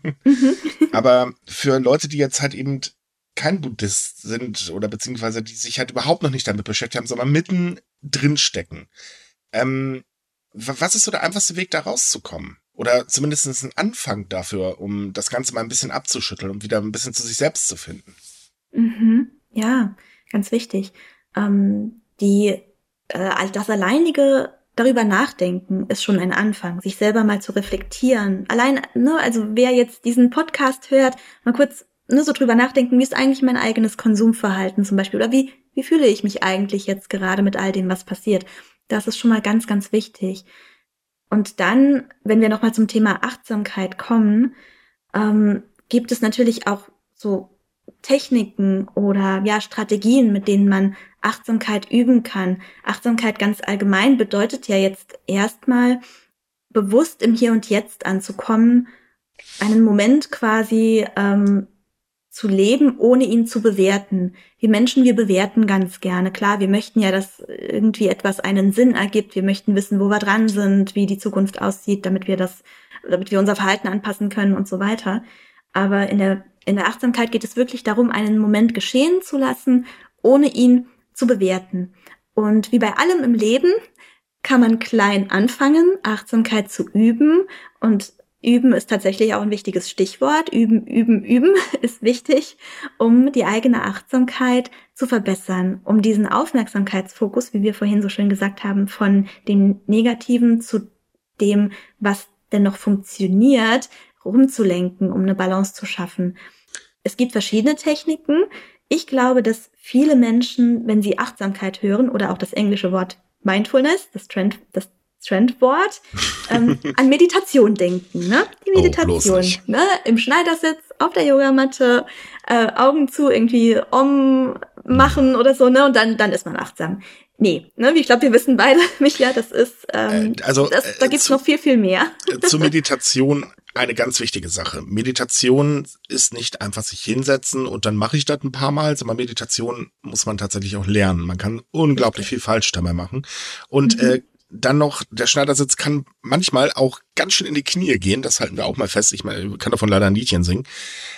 Aber für Leute, die jetzt halt eben kein Buddhist sind oder beziehungsweise die sich halt überhaupt noch nicht damit beschäftigt haben, sondern mitten drin stecken. Was ist so der einfachste Weg, da rauszukommen? Oder zumindest ein Anfang dafür, um das Ganze mal ein bisschen abzuschütteln und wieder ein bisschen zu sich selbst zu finden? Ja, ganz wichtig. Das alleinige darüber nachdenken ist schon ein Anfang, sich selber mal zu reflektieren. Allein, ne, also wer jetzt diesen Podcast hört, mal kurz so drüber nachdenken, wie ist eigentlich mein eigenes Konsumverhalten zum Beispiel? Oder wie fühle ich mich eigentlich jetzt gerade mit all dem, was passiert? Das ist schon mal ganz, ganz wichtig. Und dann, wenn wir nochmal zum Thema Achtsamkeit kommen, gibt es natürlich auch so Techniken oder Strategien, mit denen man Achtsamkeit üben kann. Achtsamkeit ganz allgemein bedeutet ja jetzt erstmal bewusst im Hier und Jetzt anzukommen, einen Moment quasi zu leben, ohne ihn zu bewerten. Wir Menschen, wir bewerten ganz gerne. Klar, wir möchten ja, dass irgendwie etwas einen Sinn ergibt. Wir möchten wissen, wo wir dran sind, wie die Zukunft aussieht, damit wir unser Verhalten anpassen können und so weiter. Aber in der Achtsamkeit geht es wirklich darum, einen Moment geschehen zu lassen, ohne ihn zu bewerten. Und wie bei allem im Leben kann man klein anfangen, Achtsamkeit zu üben. Und üben ist tatsächlich auch ein wichtiges Stichwort. Üben, üben, üben ist wichtig, um die eigene Achtsamkeit zu verbessern, um diesen Aufmerksamkeitsfokus, wie wir vorhin so schön gesagt haben, von dem Negativen zu dem, was denn noch funktioniert, rumzulenken, um eine Balance zu schaffen. Es gibt verschiedene Techniken. Ich glaube, dass viele Menschen, wenn sie Achtsamkeit hören oder auch das englische Wort Mindfulness, das Trendwort, an Meditation denken. Ne? Die Meditation, ne? Im Schneidersitz, auf der Yogamatte, Augen zu, irgendwie machen oder so, ne? Und dann ist man achtsam. Nee, ne? Ich glaube, wir wissen beide, Micha, das ist, da gibt's noch viel, viel mehr. Zur Meditation eine ganz wichtige Sache. Meditation ist nicht einfach sich hinsetzen und dann mache ich das ein paar Mal, sondern Meditation muss man tatsächlich auch lernen. Man kann unglaublich viel falsch dabei machen. Und dann noch, der Schneidersitz kann manchmal auch ganz schön in die Knie gehen. Das halten wir auch mal fest. Ich meine, ich kann davon leider ein Liedchen singen.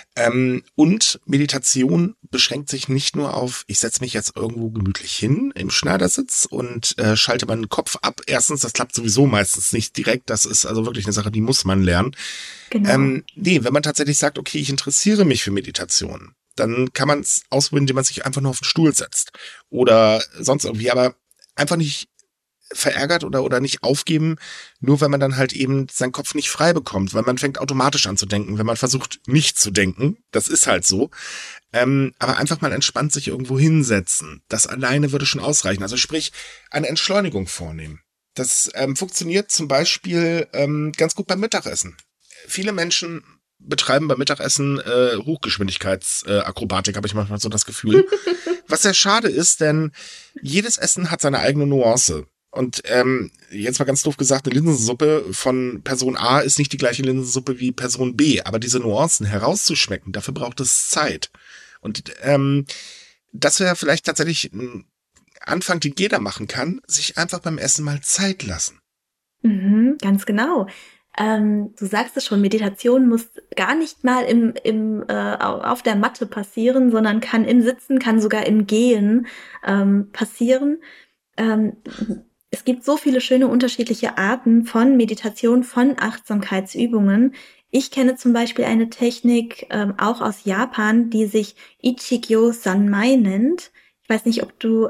Und Meditation beschränkt sich nicht nur auf, ich setze mich jetzt irgendwo gemütlich hin im Schneidersitz und schalte meinen Kopf ab. Erstens, das klappt sowieso meistens nicht direkt. Das ist also wirklich eine Sache, die muss man lernen. Genau. Nee, wenn man tatsächlich sagt, okay, ich interessiere mich für Meditation, dann kann man es ausprobieren, indem man sich einfach nur auf den Stuhl setzt oder sonst irgendwie, aber einfach nicht verärgert oder nicht aufgeben, nur wenn man dann halt eben seinen Kopf nicht frei bekommt, weil man fängt automatisch an zu denken, wenn man versucht nicht zu denken, das ist halt so, aber einfach mal entspannt sich irgendwo hinsetzen, das alleine würde schon ausreichen, also sprich, eine Entschleunigung vornehmen. Das funktioniert zum Beispiel ganz gut beim Mittagessen. Viele Menschen betreiben beim Mittagessen Hochgeschwindigkeitsakrobatik, habe ich manchmal so das Gefühl, was sehr schade ist, denn jedes Essen hat seine eigene Nuance. Und jetzt mal ganz doof gesagt, eine Linsensuppe von Person A ist nicht die gleiche Linsensuppe wie Person B, aber diese Nuancen herauszuschmecken, dafür braucht es Zeit. Und das wäre vielleicht tatsächlich ein Anfang, den jeder machen kann, sich einfach beim Essen mal Zeit lassen. Ganz genau. Du sagst es schon, Meditation muss gar nicht mal auf der Matte passieren, sondern kann im Sitzen, kann sogar im Gehen passieren. Es gibt so viele schöne unterschiedliche Arten von Meditation, von Achtsamkeitsübungen. Ich kenne zum Beispiel eine Technik auch aus Japan, die sich Ichigyo Sanmai nennt. Ich weiß nicht, ob du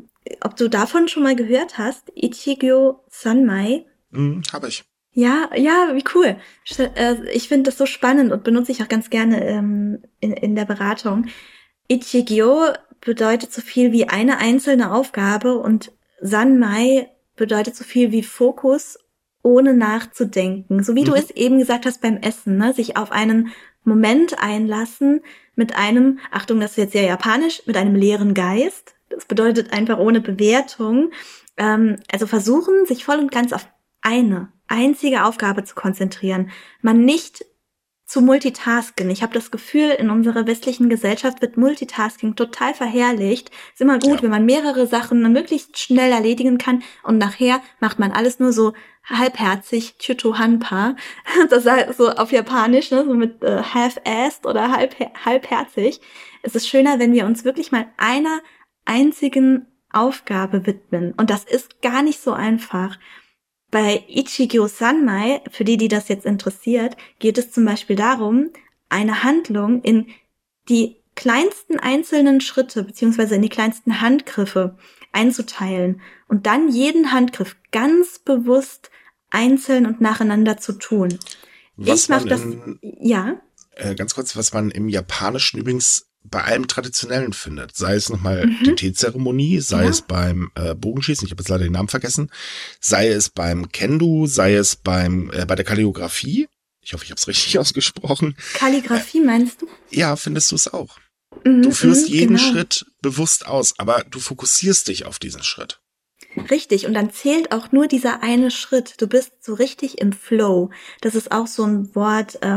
davon schon mal gehört hast. Ichigyo Sanmai. Habe ich. Ja, wie cool. Ich finde das so spannend und benutze ich auch ganz gerne in der Beratung. Ichigyo bedeutet so viel wie eine einzelne Aufgabe und Sanmai bedeutet so viel wie Fokus, ohne nachzudenken. So wie du es eben gesagt hast beim Essen, ne? Sich auf einen Moment einlassen mit einem, Achtung, das ist jetzt sehr japanisch, mit einem leeren Geist. Das bedeutet einfach ohne Bewertung. Also versuchen, sich voll und ganz auf eine einzige Aufgabe zu konzentrieren. Man nicht zu multitasken. Ich habe das Gefühl, in unserer westlichen Gesellschaft wird Multitasking total verherrlicht. Ist immer gut, wenn man mehrere Sachen möglichst schnell erledigen kann und nachher macht man alles nur so halbherzig, Chuto-Hanpa. Das ist so auf Japanisch, ne, so mit half-assed oder halbherzig. Es ist schöner, wenn wir uns wirklich mal einer einzigen Aufgabe widmen. Und das ist gar nicht so einfach. Bei Ichigyo Sanmai, für die das jetzt interessiert, geht es zum Beispiel darum, eine Handlung in die kleinsten einzelnen Schritte beziehungsweise in die kleinsten Handgriffe einzuteilen und dann jeden Handgriff ganz bewusst einzeln und nacheinander zu tun. Ich mache das, ja. Ganz kurz, was man im Japanischen übrigens bei allem Traditionellen findet. Sei es nochmal die Teezeremonie, sei es beim Bogenschießen, ich habe jetzt leider den Namen vergessen, sei es beim Kendo, sei es bei der Kalligraphie. Ich hoffe, ich habe es richtig ausgesprochen. Kalligraphie meinst du? Ja, findest du es auch. Du führst jeden Schritt bewusst aus, aber du fokussierst dich auf diesen Schritt. Richtig, und dann zählt auch nur dieser eine Schritt. Du bist so richtig im Flow. Das ist auch so ein Wort,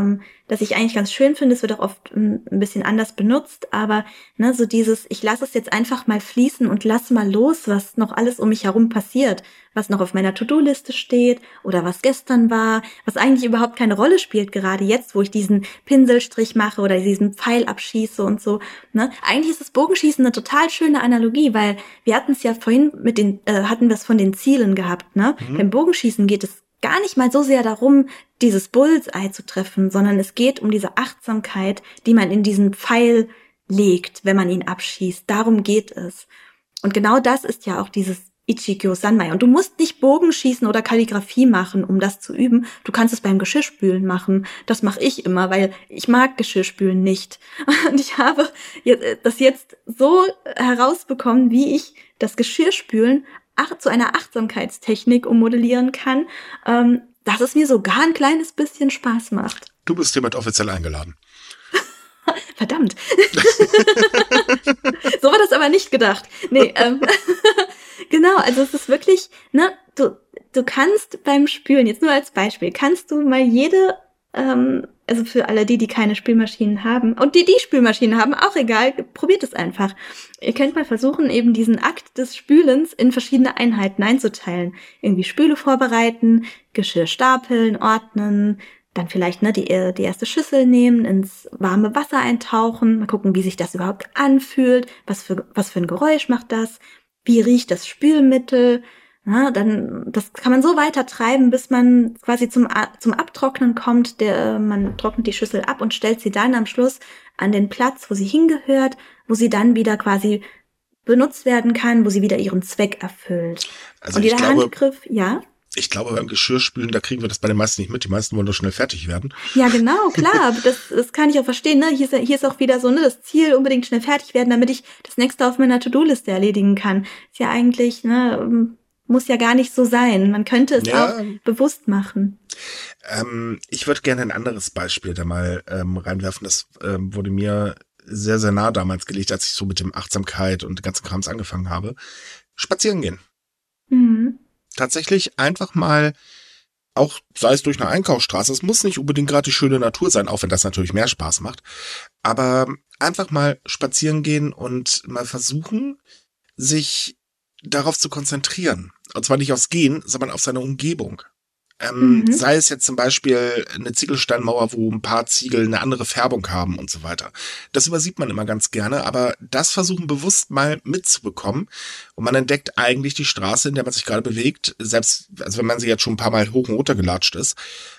das ich eigentlich ganz schön finde. Es wird auch oft ein bisschen anders benutzt, aber ne, so dieses, ich lasse es jetzt einfach mal fließen und lasse mal los, was noch alles um mich herum passiert, was noch auf meiner To-Do-Liste steht oder was gestern war, was eigentlich überhaupt keine Rolle spielt, gerade jetzt, wo ich diesen Pinselstrich mache oder diesen Pfeil abschieße und so. Ne? Eigentlich ist das Bogenschießen eine total schöne Analogie, weil wir hatten es ja vorhin hatten wir es von den Zielen gehabt. Ne? Beim Bogenschießen geht es gar nicht mal so sehr darum, dieses Bullseye zu treffen, sondern es geht um diese Achtsamkeit, die man in diesen Pfeil legt, wenn man ihn abschießt. Darum geht es. Und genau das ist ja auch dieses Ichigyo Sanmai. Und du musst nicht Bogenschießen oder Kalligrafie machen, um das zu üben. Du kannst es beim Geschirrspülen machen. Das mache ich immer, weil ich mag Geschirrspülen nicht. Und ich habe das jetzt so herausbekommen, wie ich das Geschirrspülen zu einer Achtsamkeitstechnik ummodellieren kann, dass es mir sogar ein kleines bisschen Spaß macht. Du bist hiermit offiziell eingeladen. Verdammt. So war das aber nicht gedacht. Nee, genau, also es ist wirklich, ne, du kannst beim Spülen, jetzt nur als Beispiel, kannst du mal jede, also für alle die keine Spülmaschinen haben und die Spülmaschinen haben, auch egal, probiert es einfach. Ihr könnt mal versuchen, eben diesen Akt des Spülens in verschiedene Einheiten einzuteilen. Irgendwie Spüle vorbereiten, Geschirr stapeln, ordnen, dann vielleicht die erste Schüssel nehmen, ins warme Wasser eintauchen, mal gucken, wie sich das überhaupt anfühlt, was für ein Geräusch macht das, wie riecht das Spülmittel. Ja, dann, das kann man so weiter treiben, bis man quasi zum Abtrocknen kommt. Man trocknet die Schüssel ab und stellt sie dann am Schluss an den Platz, wo sie hingehört, wo sie dann wieder quasi benutzt werden kann, wo sie wieder ihren Zweck erfüllt. Also und jeder Handgriff, ja? Ich glaube, beim Geschirrspülen, da kriegen wir das bei den meisten nicht mit. Die meisten wollen doch schnell fertig werden. Ja, genau, klar. Das kann ich auch verstehen. Ne? Hier ist auch wieder so das Ziel, unbedingt schnell fertig werden, damit ich das nächste auf meiner To-Do-Liste erledigen kann. Ist ja eigentlich, muss ja gar nicht so sein. Man könnte es auch bewusst machen. Ich würde gerne ein anderes Beispiel da mal reinwerfen. Das wurde mir sehr, sehr nah damals gelegt, als ich so mit dem Achtsamkeit und ganzen Krams angefangen habe. Spazieren gehen. Mhm. Tatsächlich einfach mal, auch sei es durch eine Einkaufsstraße, es muss nicht unbedingt gerade die schöne Natur sein, auch wenn das natürlich mehr Spaß macht, aber einfach mal spazieren gehen und mal versuchen, sich darauf zu konzentrieren. Und zwar nicht aufs Gehen, sondern auf seine Umgebung. Sei es jetzt zum Beispiel eine Ziegelsteinmauer, wo ein paar Ziegel eine andere Färbung haben und so weiter. Das übersieht man immer ganz gerne, aber das versuchen bewusst mal mitzubekommen. Und man entdeckt eigentlich die Straße, in der man sich gerade bewegt, selbst, also wenn man sie jetzt schon ein paar Mal hoch und runter gelatscht ist,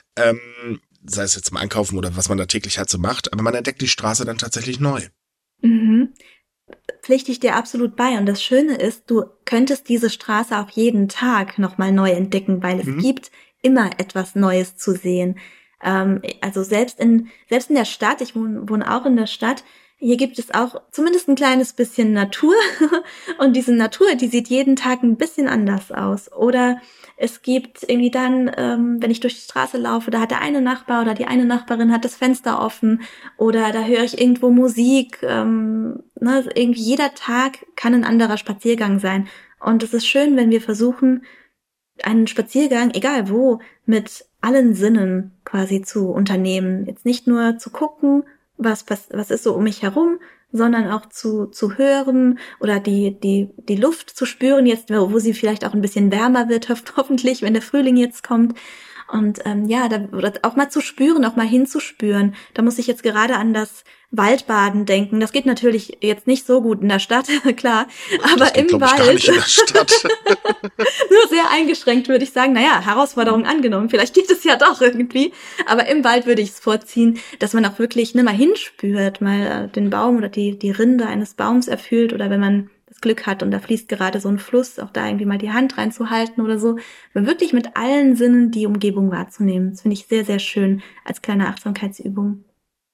sei es jetzt zum Einkaufen oder was man da täglich halt so macht, aber man entdeckt die Straße dann tatsächlich neu. Mhm. Pflichte ich dir absolut bei. Und das Schöne ist, du könntest diese Straße auch jeden Tag nochmal neu entdecken, weil es gibt immer etwas Neues zu sehen. Also selbst in der Stadt, ich wohne auch in der Stadt, hier gibt es auch zumindest ein kleines bisschen Natur. Und diese Natur, die sieht jeden Tag ein bisschen anders aus. Oder es gibt irgendwie dann, wenn ich durch die Straße laufe, da hat der eine Nachbar oder die eine Nachbarin hat das Fenster offen. Oder da höre ich irgendwo Musik. Irgendwie jeder Tag kann ein anderer Spaziergang sein. Und es ist schön, wenn wir versuchen, einen Spaziergang, egal wo, mit allen Sinnen quasi zu unternehmen. Jetzt nicht nur zu gucken, was ist so um mich herum, sondern auch zu hören oder die Luft zu spüren, jetzt, wo sie vielleicht auch ein bisschen wärmer wird, hoffentlich, wenn der Frühling jetzt kommt. Und oder auch mal zu spüren, auch mal hinzuspüren. Da muss ich jetzt gerade an das Waldbaden denken. Das geht natürlich jetzt nicht so gut in der Stadt, klar. Aber das geht, im Wald. Gar nicht in der Stadt. Nur sehr eingeschränkt, würde ich sagen. Naja, Herausforderung angenommen. Vielleicht geht es ja doch irgendwie. Aber im Wald würde ich es vorziehen, dass man auch wirklich mal hinspürt, mal den Baum oder die Rinde eines Baums erfüllt. Oder wenn man das Glück hat und da fließt gerade so ein Fluss, auch da irgendwie mal die Hand reinzuhalten oder so. Aber wirklich mit allen Sinnen die Umgebung wahrzunehmen. Das finde ich sehr, sehr schön als kleine Achtsamkeitsübung.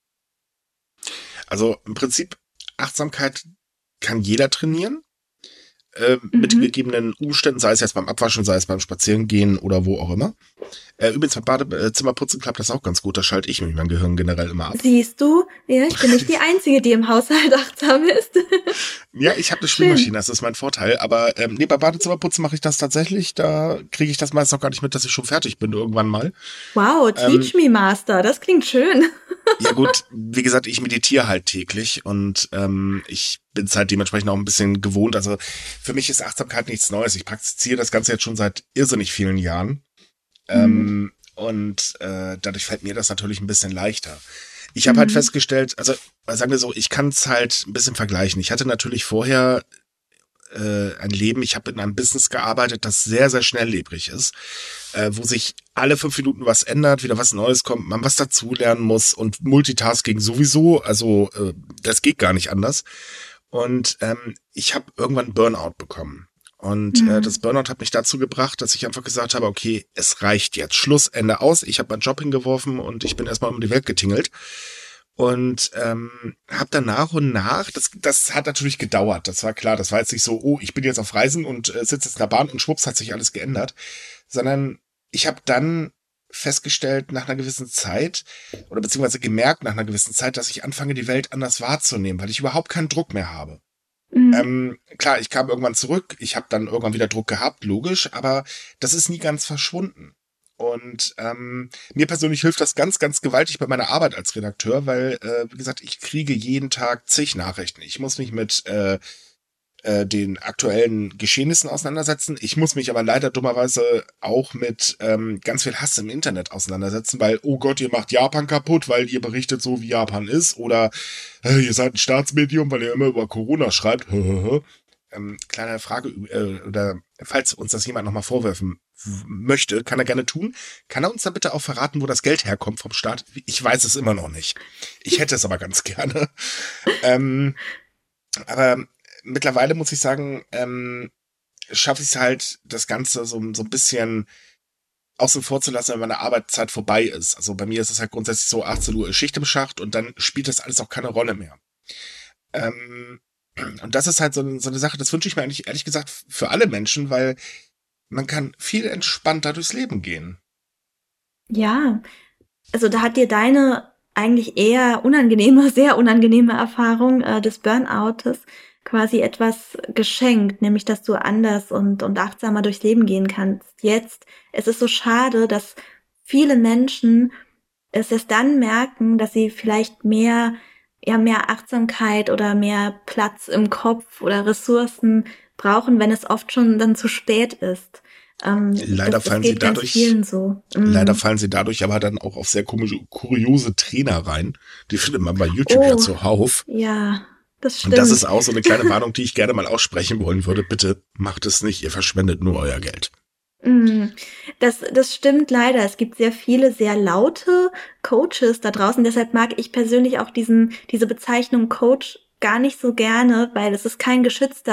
Also im Prinzip, Achtsamkeit kann jeder trainieren, mit gegebenen Umständen, sei es jetzt beim Abwaschen, sei es beim Spazierengehen oder wo auch immer. Übrigens beim Badezimmerputzen klappt das auch ganz gut. Da schalte ich mich mein Gehirn generell immer ab. Siehst du? Ja, ich bin nicht die Einzige, die im Haushalt achtsam ist. Ja, ich habe eine Spülmaschine, das ist mein Vorteil. Aber nee, beim Badezimmerputzen mache ich das tatsächlich. Da kriege ich das meist noch gar nicht mit, dass ich schon fertig bin irgendwann mal. Wow, teach me, Master. Das klingt schön. Ja gut, wie gesagt, ich meditiere halt täglich und ich bin es halt dementsprechend auch ein bisschen gewohnt. Also für mich ist Achtsamkeit nichts Neues. Ich praktiziere das Ganze jetzt schon seit irrsinnig vielen Jahren. Und dadurch fällt mir das natürlich ein bisschen leichter. Ich habe halt festgestellt, also sagen wir so, ich kann es halt ein bisschen vergleichen. Ich hatte natürlich vorher ein Leben, ich habe in einem Business gearbeitet, das sehr, sehr schnelllebig ist, wo sich alle 5 Minuten was ändert, wieder was Neues kommt, man was dazulernen muss und Multitasking sowieso, also das geht gar nicht anders. Und ich habe irgendwann Burnout bekommen. Und das Burnout hat mich dazu gebracht, dass ich einfach gesagt habe, okay, es reicht jetzt. Schluss, Ende aus. Ich habe meinen Job hingeworfen und ich bin erstmal um die Welt getingelt. Und habe dann nach und nach, das hat natürlich gedauert, das war klar. Das war jetzt nicht so, oh, ich bin jetzt auf Reisen und sitze jetzt in der Bahn und schwupps hat sich alles geändert. Sondern ich habe dann festgestellt nach einer gewissen Zeit oder beziehungsweise gemerkt nach einer gewissen Zeit, dass ich anfange, die Welt anders wahrzunehmen, weil ich überhaupt keinen Druck mehr habe. Klar, ich kam irgendwann zurück, ich habe dann irgendwann wieder Druck gehabt, logisch, aber das ist nie ganz verschwunden. Und mir persönlich hilft das ganz, ganz gewaltig bei meiner Arbeit als Redakteur, weil, wie gesagt, ich kriege jeden Tag zig Nachrichten. Ich muss mich mit den aktuellen Geschehnissen auseinandersetzen. Ich muss mich aber leider dummerweise auch mit ganz viel Hass im Internet auseinandersetzen, weil, oh Gott, ihr macht Japan kaputt, weil ihr berichtet so, wie Japan ist, oder ihr seid ein Staatsmedium, weil ihr immer über Corona schreibt. Kleine Frage, oder falls uns das jemand nochmal vorwerfen möchte, kann er gerne tun. Kann er uns da bitte auch verraten, wo das Geld herkommt vom Staat? Ich weiß es immer noch nicht. Ich hätte es aber ganz gerne. Aber mittlerweile muss ich sagen, schaffe ich es halt, das Ganze so ein bisschen außen vor zu lassen, wenn meine Arbeitszeit vorbei ist. Also bei mir ist es halt grundsätzlich so, 18 Uhr ist Schicht im Schacht und dann spielt das alles auch keine Rolle mehr. Und das ist halt so eine Sache, das wünsche ich mir eigentlich ehrlich gesagt für alle Menschen, weil man kann viel entspannter durchs Leben gehen. Ja, also da hat dir deine eigentlich eher unangenehme, sehr unangenehme Erfahrung des Burnoutes quasi etwas geschenkt, nämlich dass du anders und achtsamer durchs Leben gehen kannst. Jetzt, es ist so schade, dass viele Menschen es erst dann merken, dass sie vielleicht mehr Achtsamkeit oder mehr Platz im Kopf oder Ressourcen brauchen, wenn es oft schon dann zu spät ist. Leider fallen sie dadurch, so. Leider fallen sie dadurch aber dann auch auf sehr kuriose Trainer rein. Die findet man bei YouTube ja zuhauf. Ja, das stimmt. Und das ist auch so eine kleine Warnung, die ich gerne mal aussprechen wollen würde. Bitte macht es nicht, ihr verschwendet nur euer Geld. Das stimmt leider. Es gibt sehr viele, sehr laute Coaches da draußen. Deshalb mag ich persönlich auch diese Bezeichnung Coach gar nicht so gerne, weil es ist keine geschützte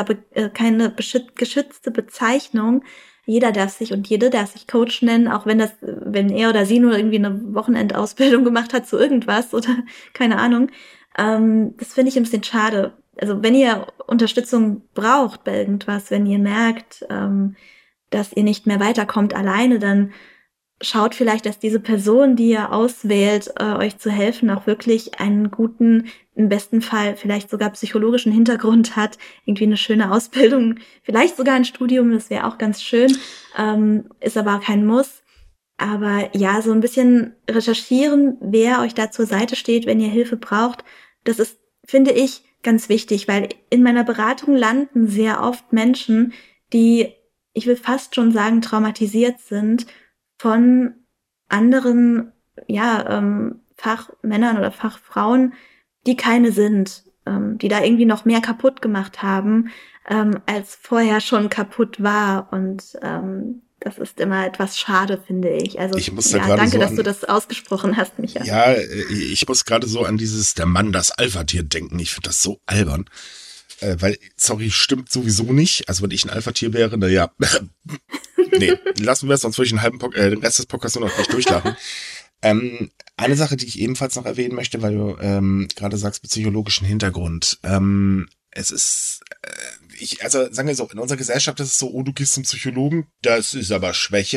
Bezeichnung. Jeder darf sich und jede darf sich Coach nennen, auch wenn er oder sie nur irgendwie eine Wochenendausbildung gemacht hat zu irgendwas oder keine Ahnung. Das finde ich ein bisschen schade. Also wenn ihr Unterstützung braucht bei irgendwas, wenn ihr merkt, dass ihr nicht mehr weiterkommt alleine, dann schaut vielleicht, dass diese Person, die ihr auswählt, euch zu helfen, auch wirklich einen guten, im besten Fall vielleicht sogar psychologischen Hintergrund hat, irgendwie eine schöne Ausbildung, vielleicht sogar ein Studium, das wäre auch ganz schön, ist aber kein Muss. Aber ja, so ein bisschen recherchieren, wer euch da zur Seite steht, wenn ihr Hilfe braucht, das ist, finde ich, ganz wichtig, weil in meiner Beratung landen sehr oft Menschen, die, ich will fast schon sagen, traumatisiert sind von anderen, Fachmännern oder Fachfrauen, die keine sind, die da irgendwie noch mehr kaputt gemacht haben, als vorher schon kaputt war. Und das ist immer etwas schade, finde ich. Also ich muss da danke, so dass du das ausgesprochen hast, Micha. Ja, ich muss gerade so an der Mann, das Alpha-Tier denken. Ich finde das so albern. Weil, sorry, stimmt sowieso nicht. Also wenn ich ein Alpha-Tier wäre, naja, nee, lassen wir es, sonst würde ich den Rest des Podcasts nur noch nicht durchlachen. Eine Sache, die ich ebenfalls noch erwähnen möchte, weil du gerade sagst, psychologischen Hintergrund. Es ist, also sagen wir so, in unserer Gesellschaft ist es so, oh, du gehst zum Psychologen, das ist aber Schwäche.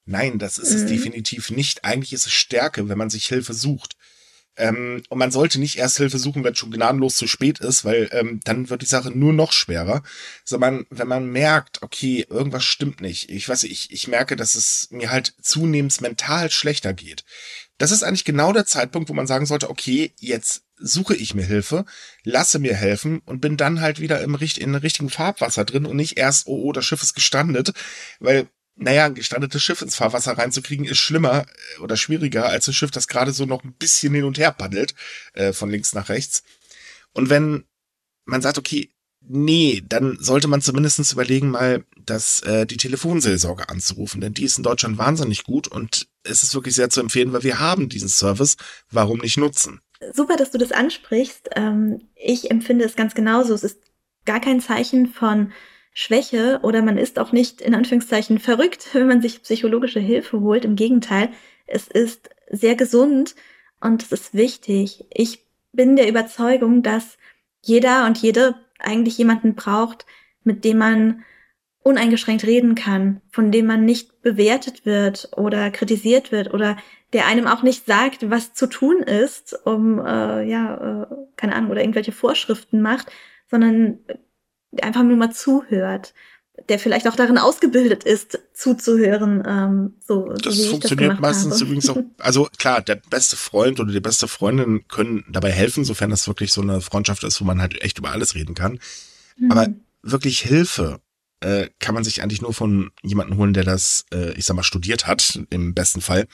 Nein, das ist es definitiv nicht. Eigentlich ist es Stärke, wenn man sich Hilfe sucht. Und man sollte nicht erst Hilfe suchen, wenn es schon gnadenlos zu spät ist, weil dann wird die Sache nur noch schwerer. Sondern wenn man merkt, okay, irgendwas stimmt nicht. Ich merke, dass es mir halt zunehmend mental schlechter geht. Das ist eigentlich genau der Zeitpunkt, wo man sagen sollte, okay, jetzt suche ich mir Hilfe, lasse mir helfen und bin dann halt wieder in richtigen Fahrwasser drin und nicht erst, oh, das Schiff ist gestrandet, weil naja, ein gestrandetes Schiff ins Fahrwasser reinzukriegen, ist schlimmer oder schwieriger als ein Schiff, das gerade so noch ein bisschen hin und her paddelt, von links nach rechts. Und wenn man sagt, okay, nee, dann sollte man zumindest überlegen, mal die Telefonseelsorge anzurufen, denn die ist in Deutschland wahnsinnig gut und es ist wirklich sehr zu empfehlen, weil wir haben diesen Service. Warum nicht nutzen? Super, dass du das ansprichst. Ich empfinde es ganz genauso. Es ist gar kein Zeichen von Schwäche oder man ist auch nicht in Anführungszeichen verrückt, wenn man sich psychologische Hilfe holt. Im Gegenteil, es ist sehr gesund und es ist wichtig. Ich bin der Überzeugung, dass jeder und jede eigentlich jemanden braucht, mit dem man uneingeschränkt reden kann, von dem man nicht bewertet wird oder kritisiert wird oder der einem auch nicht sagt, was zu tun ist, keine Ahnung, oder irgendwelche Vorschriften macht, sondern einfach nur mal zuhört, der vielleicht auch darin ausgebildet ist, zuzuhören, Das funktioniert meistens übrigens auch, also klar, der beste Freund oder die beste Freundin können dabei helfen, sofern das wirklich so eine Freundschaft ist, wo man halt echt über alles reden kann. Aber wirklich Hilfe kann man sich eigentlich nur von jemandem holen, der das, ich sag mal, studiert hat, im besten Fall.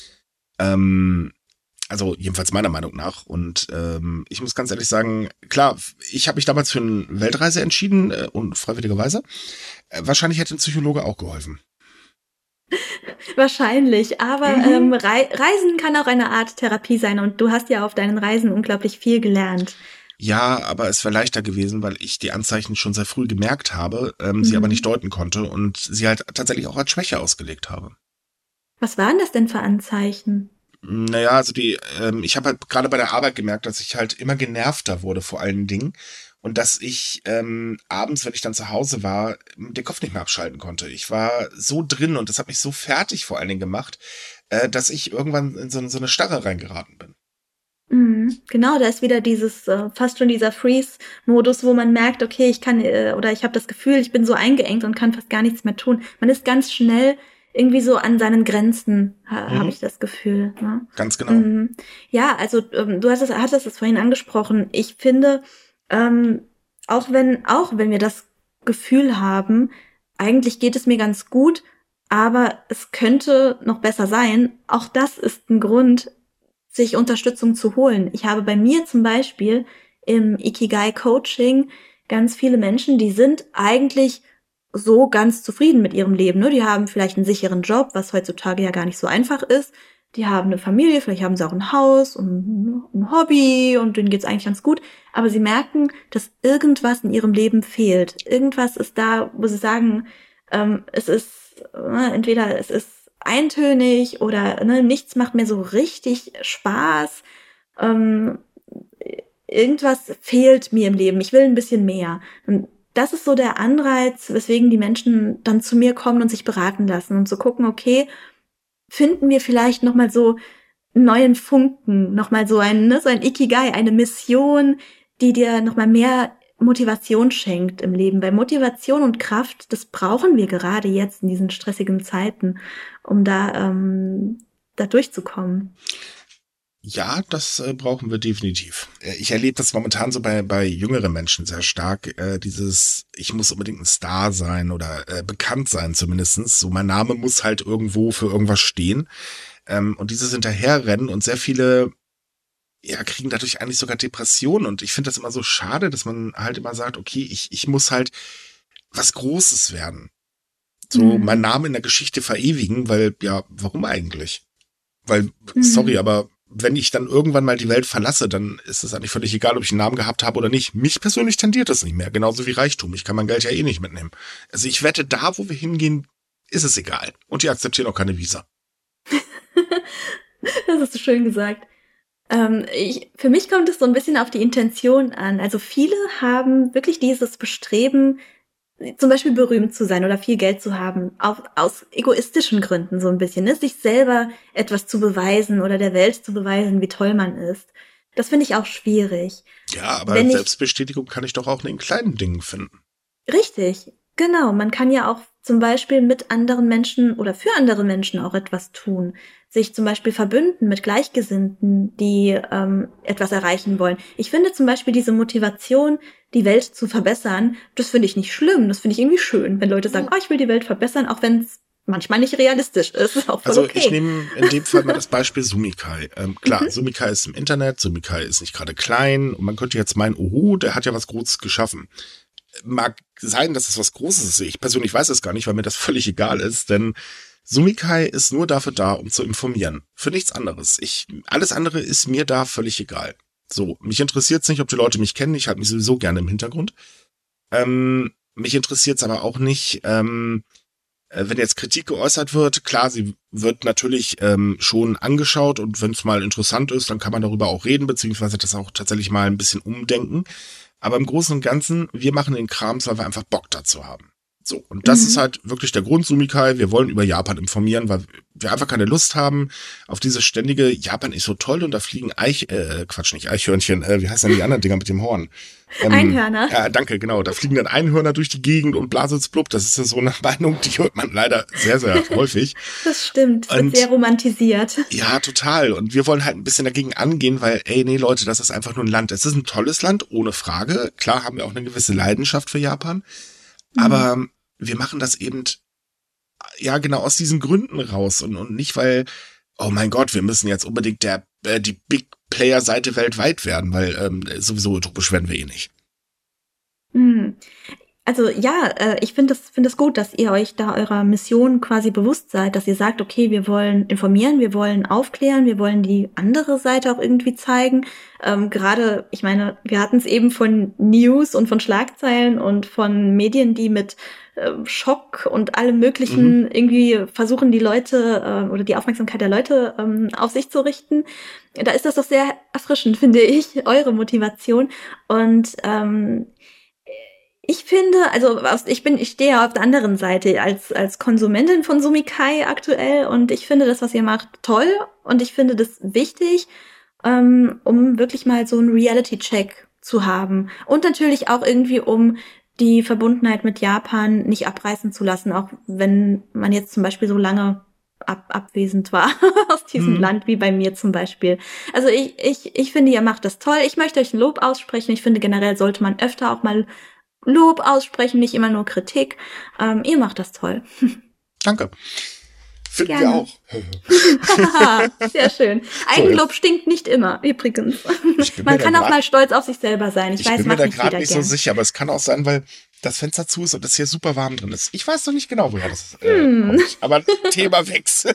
Also jedenfalls meiner Meinung nach. Und ich muss ganz ehrlich sagen, klar, ich habe mich damals für eine Weltreise entschieden und freiwilligerweise. Wahrscheinlich hätte ein Psychologe auch geholfen. Wahrscheinlich, aber Reisen kann auch eine Art Therapie sein und du hast ja auf deinen Reisen unglaublich viel gelernt. Ja, aber es wäre leichter gewesen, weil ich die Anzeichen schon sehr früh gemerkt habe, sie aber nicht deuten konnte und sie halt tatsächlich auch als Schwäche ausgelegt habe. Was waren das denn für Anzeichen? Naja, also ich habe halt gerade bei der Arbeit gemerkt, dass ich halt immer genervter wurde vor allen Dingen und dass ich abends, wenn ich dann zu Hause war, den Kopf nicht mehr abschalten konnte. Ich war so drin und das hat mich so fertig vor allen Dingen gemacht, dass ich irgendwann in so eine Starre reingeraten bin. Genau, da ist wieder fast schon dieser Freeze-Modus, wo man merkt, okay, ich kann oder ich habe das Gefühl, ich bin so eingeengt und kann fast gar nichts mehr tun. Man ist ganz schnell irgendwie so an seinen Grenzen, habe ich das Gefühl. Ne? Ganz genau. Ja, also du hattest es vorhin angesprochen. Ich finde, auch wenn wir das Gefühl haben, eigentlich geht es mir ganz gut, aber es könnte noch besser sein. Auch das ist ein Grund, sich Unterstützung zu holen. Ich habe bei mir zum Beispiel im Ikigai-Coaching ganz viele Menschen, die sind eigentlich so ganz zufrieden mit ihrem Leben. Ne? Die haben vielleicht einen sicheren Job, was heutzutage ja gar nicht so einfach ist. Die haben eine Familie, vielleicht haben sie auch ein Haus und ein Hobby und denen geht's eigentlich ganz gut. Aber sie merken, dass irgendwas in ihrem Leben fehlt. Irgendwas ist da, wo sie sagen, es ist entweder es ist eintönig oder nichts macht mir so richtig Spaß. Irgendwas fehlt mir im Leben. Ich will ein bisschen mehr. Und das ist so der Anreiz, weswegen die Menschen dann zu mir kommen und sich beraten lassen und so gucken, okay, finden wir vielleicht nochmal so einen neuen Funken, nochmal so ein Ikigai, eine Mission, die dir nochmal mehr Motivation schenkt im Leben. Weil Motivation und Kraft, das brauchen wir gerade jetzt in diesen stressigen Zeiten, um da durchzukommen. Ja, das brauchen wir definitiv. Ich erlebe das momentan so bei jüngeren Menschen sehr stark. Ich muss unbedingt ein Star sein oder bekannt sein zumindestens. So, mein Name muss halt irgendwo für irgendwas stehen. Und dieses Hinterherrennen und sehr viele kriegen dadurch eigentlich sogar Depressionen. Und ich finde das immer so schade, dass man halt immer sagt, okay, ich muss halt was Großes werden. So meinen Namen in der Geschichte verewigen, weil, ja, warum eigentlich? Weil, sorry, aber wenn ich dann irgendwann mal die Welt verlasse, dann ist es eigentlich völlig egal, ob ich einen Namen gehabt habe oder nicht. Mich persönlich tendiert das nicht mehr, genauso wie Reichtum. Ich kann mein Geld ja eh nicht mitnehmen. Also ich wette, da, wo wir hingehen, ist es egal. Und die akzeptieren auch keine Visa. Das hast du schön gesagt. Für mich kommt es so ein bisschen auf die Intention an. Also viele haben wirklich dieses Bestreben, zum Beispiel berühmt zu sein oder viel Geld zu haben, aus egoistischen Gründen so ein bisschen, ne? Sich selber etwas zu beweisen oder der Welt zu beweisen, wie toll man ist. Das finde ich auch schwierig. Ja, aber Selbstbestätigung kann ich doch auch in kleinen Dingen finden. Richtig, genau. Man kann ja auch zum Beispiel mit anderen Menschen oder für andere Menschen auch etwas tun. Sich zum Beispiel verbünden mit Gleichgesinnten, die etwas erreichen wollen. Ich finde zum Beispiel diese Motivation, die Welt zu verbessern, das finde ich nicht schlimm. Das finde ich irgendwie schön, wenn Leute sagen, ich will die Welt verbessern, auch wenn es manchmal nicht realistisch ist. Auch voll also okay. Ich nehme in dem Fall mal das Beispiel Sumikai. Klar, Sumikai ist im Internet, Sumikai ist nicht gerade klein und man könnte jetzt meinen, der hat ja was Großes geschaffen. Mag sein, dass es was Großes ist. Ich persönlich weiß es gar nicht, weil mir das völlig egal ist, denn Sumikai ist nur dafür da, um zu informieren. Für nichts anderes. Alles andere ist mir da völlig egal. So, mich interessiert es nicht, ob die Leute mich kennen. Ich halte mich sowieso gerne im Hintergrund. Mich interessiert es aber auch nicht, wenn jetzt Kritik geäußert wird. Klar, sie wird natürlich schon angeschaut und wenn es mal interessant ist, dann kann man darüber auch reden, beziehungsweise das auch tatsächlich mal ein bisschen umdenken. Aber im Großen und Ganzen, wir machen den Krams, weil wir einfach Bock dazu haben. So, und das ist halt wirklich der Grund, Sumikai. Wir wollen über Japan informieren, weil wir einfach keine Lust haben auf dieses ständige, Japan ist so toll und da fliegen Eichhörnchen, wie heißen denn die anderen Dinger mit dem Horn? Einhörner. Ja, danke, genau. Da fliegen dann Einhörner durch die Gegend und blasen's blub. Das ist ja so eine Meinung, die hört man leider sehr, sehr häufig. Das stimmt, das wird sehr romantisiert. Ja, total. Und wir wollen halt ein bisschen dagegen angehen, weil, nee, Leute, das ist einfach nur ein Land. Es ist ein tolles Land, ohne Frage. Klar haben wir auch eine gewisse Leidenschaft für Japan. Aber wir machen das eben, ja, genau aus diesen Gründen raus und nicht, weil, oh mein Gott, wir müssen jetzt unbedingt die Big Player-Seite weltweit werden, weil sowieso utopisch werden wir eh nicht. Also ja, ich finde das gut, dass ihr euch da eurer Mission quasi bewusst seid, dass ihr sagt, okay, wir wollen informieren, wir wollen aufklären, wir wollen die andere Seite auch irgendwie zeigen. Gerade, ich meine, wir hatten es eben von News und von Schlagzeilen und von Medien, die mit Schock und allem Möglichen irgendwie versuchen, die Leute oder die Aufmerksamkeit der Leute auf sich zu richten. Da ist das doch sehr erfrischend, finde ich, eure Motivation. Und ich finde, also ich stehe auf der anderen Seite als Konsumentin von Sumikai aktuell und ich finde das, was ihr macht, toll und ich finde das wichtig, um wirklich mal so einen Reality-Check zu haben und natürlich auch irgendwie, um die Verbundenheit mit Japan nicht abreißen zu lassen, auch wenn man jetzt zum Beispiel so lange abwesend war aus diesem Land, wie bei mir zum Beispiel. Also ich finde, ihr macht das toll. Ich möchte euch ein Lob aussprechen. Ich finde, generell sollte man öfter auch mal Lob aussprechen, nicht immer nur Kritik. Ihr macht das toll. Danke. Finden wir auch. Sehr schön. Eigenlob stinkt nicht immer, übrigens. Man kann auch mal stolz auf sich selber sein. Ich weiß, bin mir da gerade nicht so sicher, aber es kann auch sein, weil das Fenster zu ist und es hier super warm drin ist. Ich weiß noch nicht genau, woher das kommt. Aber Thema Wechsel.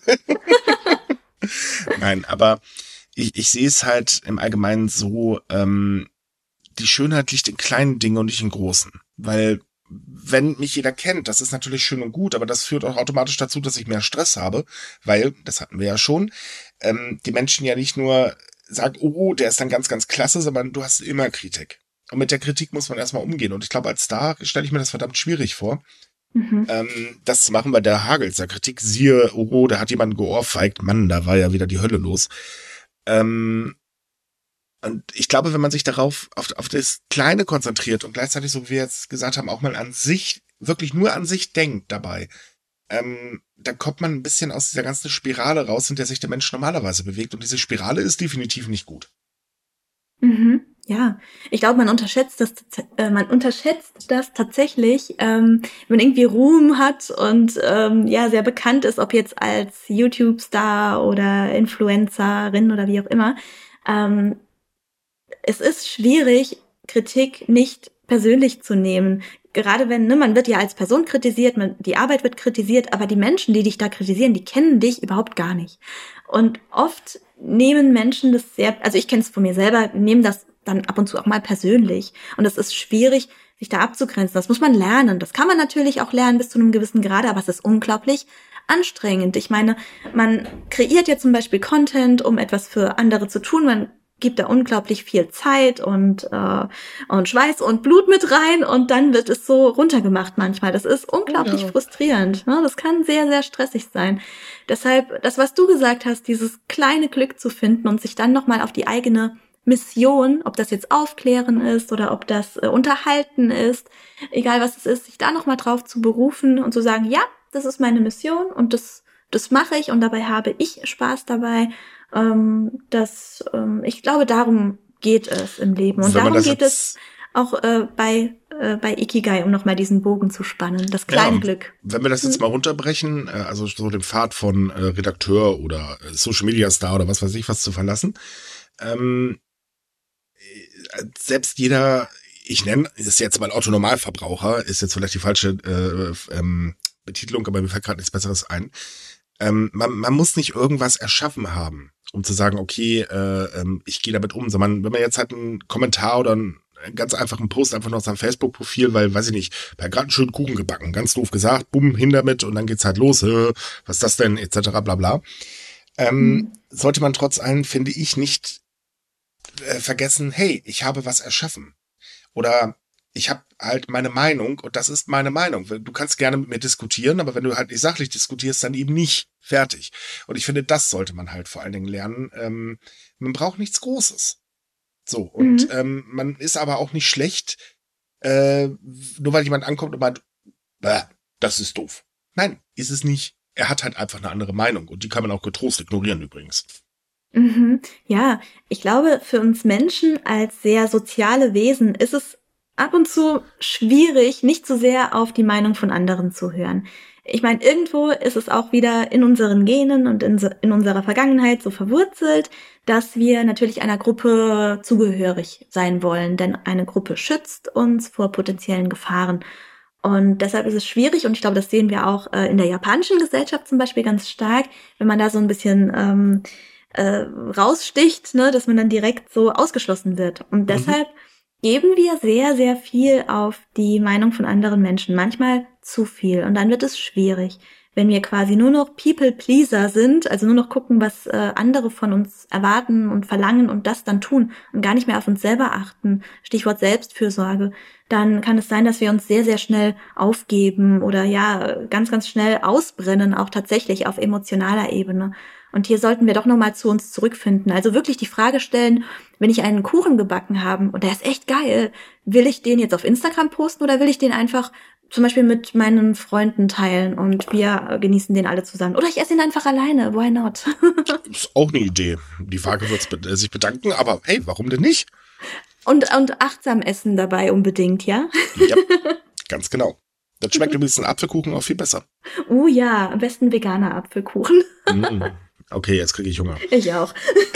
Nein, aber ich sehe es halt im Allgemeinen so, die Schönheit liegt in kleinen Dingen und nicht in großen. Weil wenn mich jeder kennt, das ist natürlich schön und gut, aber das führt auch automatisch dazu, dass ich mehr Stress habe, weil, das hatten wir ja schon, die Menschen ja nicht nur sagen, oh, der ist dann ganz, ganz klasse, sondern du hast immer Kritik. Und mit der Kritik muss man erstmal umgehen. Und ich glaube, als Star stelle ich mir das verdammt schwierig vor, das zu machen, weil der hagelt der Kritik. Siehe, oh, der hat jemanden geohrfeigt. Mann, da war ja wieder die Hölle los. Und ich glaube, wenn man sich darauf, auf das Kleine konzentriert und gleichzeitig, so wie wir jetzt gesagt haben, auch mal an sich, wirklich nur an sich denkt dabei, dann kommt man ein bisschen aus dieser ganzen Spirale raus, in der sich der Mensch normalerweise bewegt. Und diese Spirale ist definitiv nicht gut. Ja, ich glaube, man unterschätzt das tatsächlich, wenn man irgendwie Ruhm hat und sehr bekannt ist, ob jetzt als YouTube-Star oder Influencerin oder wie auch immer. Es ist schwierig, Kritik nicht persönlich zu nehmen. Gerade wenn, man wird ja als Person kritisiert, die Arbeit wird kritisiert, aber die Menschen, die dich da kritisieren, die kennen dich überhaupt gar nicht. Und oft nehmen Menschen das also ich kenne es von mir selber, nehmen das dann ab und zu auch mal persönlich. Und es ist schwierig, sich da abzugrenzen. Das muss man lernen. Das kann man natürlich auch lernen bis zu einem gewissen Grad, aber es ist unglaublich anstrengend. Ich meine, man kreiert ja zum Beispiel Content, um etwas für andere zu tun. Man gebe da unglaublich viel Zeit und Schweiß und Blut mit rein und dann wird es so runtergemacht manchmal. Das ist unglaublich frustrierend. Ne? Das kann sehr, sehr stressig sein. Deshalb, das, was du gesagt hast, dieses kleine Glück zu finden und sich dann nochmal auf die eigene Mission, ob das jetzt Aufklären ist oder ob das Unterhalten ist, egal was es ist, sich da nochmal drauf zu berufen und zu sagen, ja, das ist meine Mission und das mache ich und dabei habe ich Spaß dabei. Ich glaube, darum geht es im Leben. Und darum geht es auch bei Ikigai, um nochmal diesen Bogen zu spannen, das kleine Glück. Wenn wir das jetzt mal runterbrechen, also so den Pfad von Redakteur oder Social Media Star oder was weiß ich was zu verlassen, selbst jeder, ich nenne es jetzt mal Autonormalverbraucher, ist jetzt vielleicht die falsche Betitelung, aber mir fällt gerade nichts Besseres ein. Man muss nicht irgendwas erschaffen haben, um zu sagen, okay, ich gehe damit um, sondern wenn man jetzt halt einen Kommentar oder einen ganz einfachen Post einfach noch auf seinem Facebook-Profil, weil, weiß ich nicht, bei gerade einen schönen Kuchen gebacken, ganz doof gesagt, bumm, hin damit und dann geht's halt los, was ist das denn, etc., bla bla. Sollte man trotz allem, finde ich, nicht vergessen, hey, ich habe was erschaffen. Oder ich habe halt meine Meinung und das ist meine Meinung. Du kannst gerne mit mir diskutieren, aber wenn du halt nicht sachlich diskutierst, dann eben nicht. Fertig. Und ich finde, das sollte man halt vor allen Dingen lernen. Man braucht nichts Großes. So, und man ist aber auch nicht schlecht, nur weil jemand ankommt und meint, das ist doof. Nein, ist es nicht. Er hat halt einfach eine andere Meinung und die kann man auch getrost ignorieren übrigens. Ja, ich glaube, für uns Menschen als sehr soziale Wesen ist es ab und zu schwierig, nicht so sehr auf die Meinung von anderen zu hören. Ich meine, irgendwo ist es auch wieder in unseren Genen und in unserer Vergangenheit so verwurzelt, dass wir natürlich einer Gruppe zugehörig sein wollen, denn eine Gruppe schützt uns vor potenziellen Gefahren. Und deshalb ist es schwierig und ich glaube, das sehen wir auch in der japanischen Gesellschaft zum Beispiel ganz stark, wenn man da so ein bisschen raussticht, ne, dass man dann direkt so ausgeschlossen wird. Und deshalb geben wir sehr, sehr viel auf die Meinung von anderen Menschen, manchmal zu viel. Und dann wird es schwierig, wenn wir quasi nur noch People-Pleaser sind, also nur noch gucken, was andere von uns erwarten und verlangen und das dann tun und gar nicht mehr auf uns selber achten, Stichwort Selbstfürsorge, dann kann es sein, dass wir uns sehr, sehr schnell aufgeben oder ja, ganz, ganz schnell ausbrennen, auch tatsächlich auf emotionaler Ebene. Und hier sollten wir doch nochmal zu uns zurückfinden. Also wirklich die Frage stellen, wenn ich einen Kuchen gebacken habe und der ist echt geil, will ich den jetzt auf Instagram posten oder will ich den einfach zum Beispiel mit meinen Freunden teilen und wir genießen den alle zusammen? Oder ich esse ihn einfach alleine, why not? Ist auch eine Idee. Die Frage wird sich bedanken, aber hey, warum denn nicht? Und achtsam essen dabei unbedingt, ja? Ja, ganz genau. Das schmeckt übrigens ein Apfelkuchen auch viel besser. Oh ja, am besten veganer Apfelkuchen. Okay, jetzt kriege ich Hunger. Ich auch.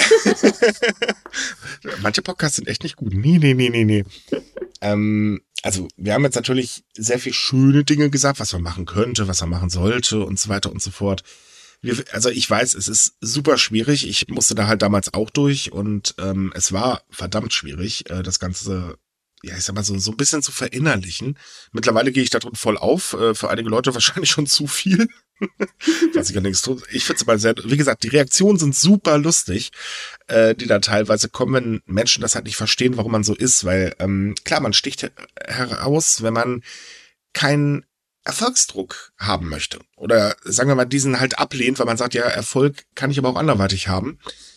Manche Podcasts sind echt nicht gut. Nee. Also wir haben jetzt natürlich sehr viel schöne Dinge gesagt, was man machen könnte, was man machen sollte und so weiter und so fort. Also ich weiß, es ist super schwierig. Ich musste da halt damals auch durch und es war verdammt schwierig, das Ganze, ja, ich sag mal so ein bisschen zu verinnerlichen. Mittlerweile gehe ich da drin voll auf. Für einige Leute wahrscheinlich schon zu viel. Was ich allerdings tue. Ich finde es aber sehr, wie gesagt, die Reaktionen sind super lustig, die da teilweise kommen, wenn Menschen das halt nicht verstehen, warum man so ist, weil klar, man sticht heraus, wenn man keinen Erfolgsdruck haben möchte. Oder sagen wir mal, diesen halt ablehnt, weil man sagt, ja, Erfolg kann ich aber auch anderweitig haben.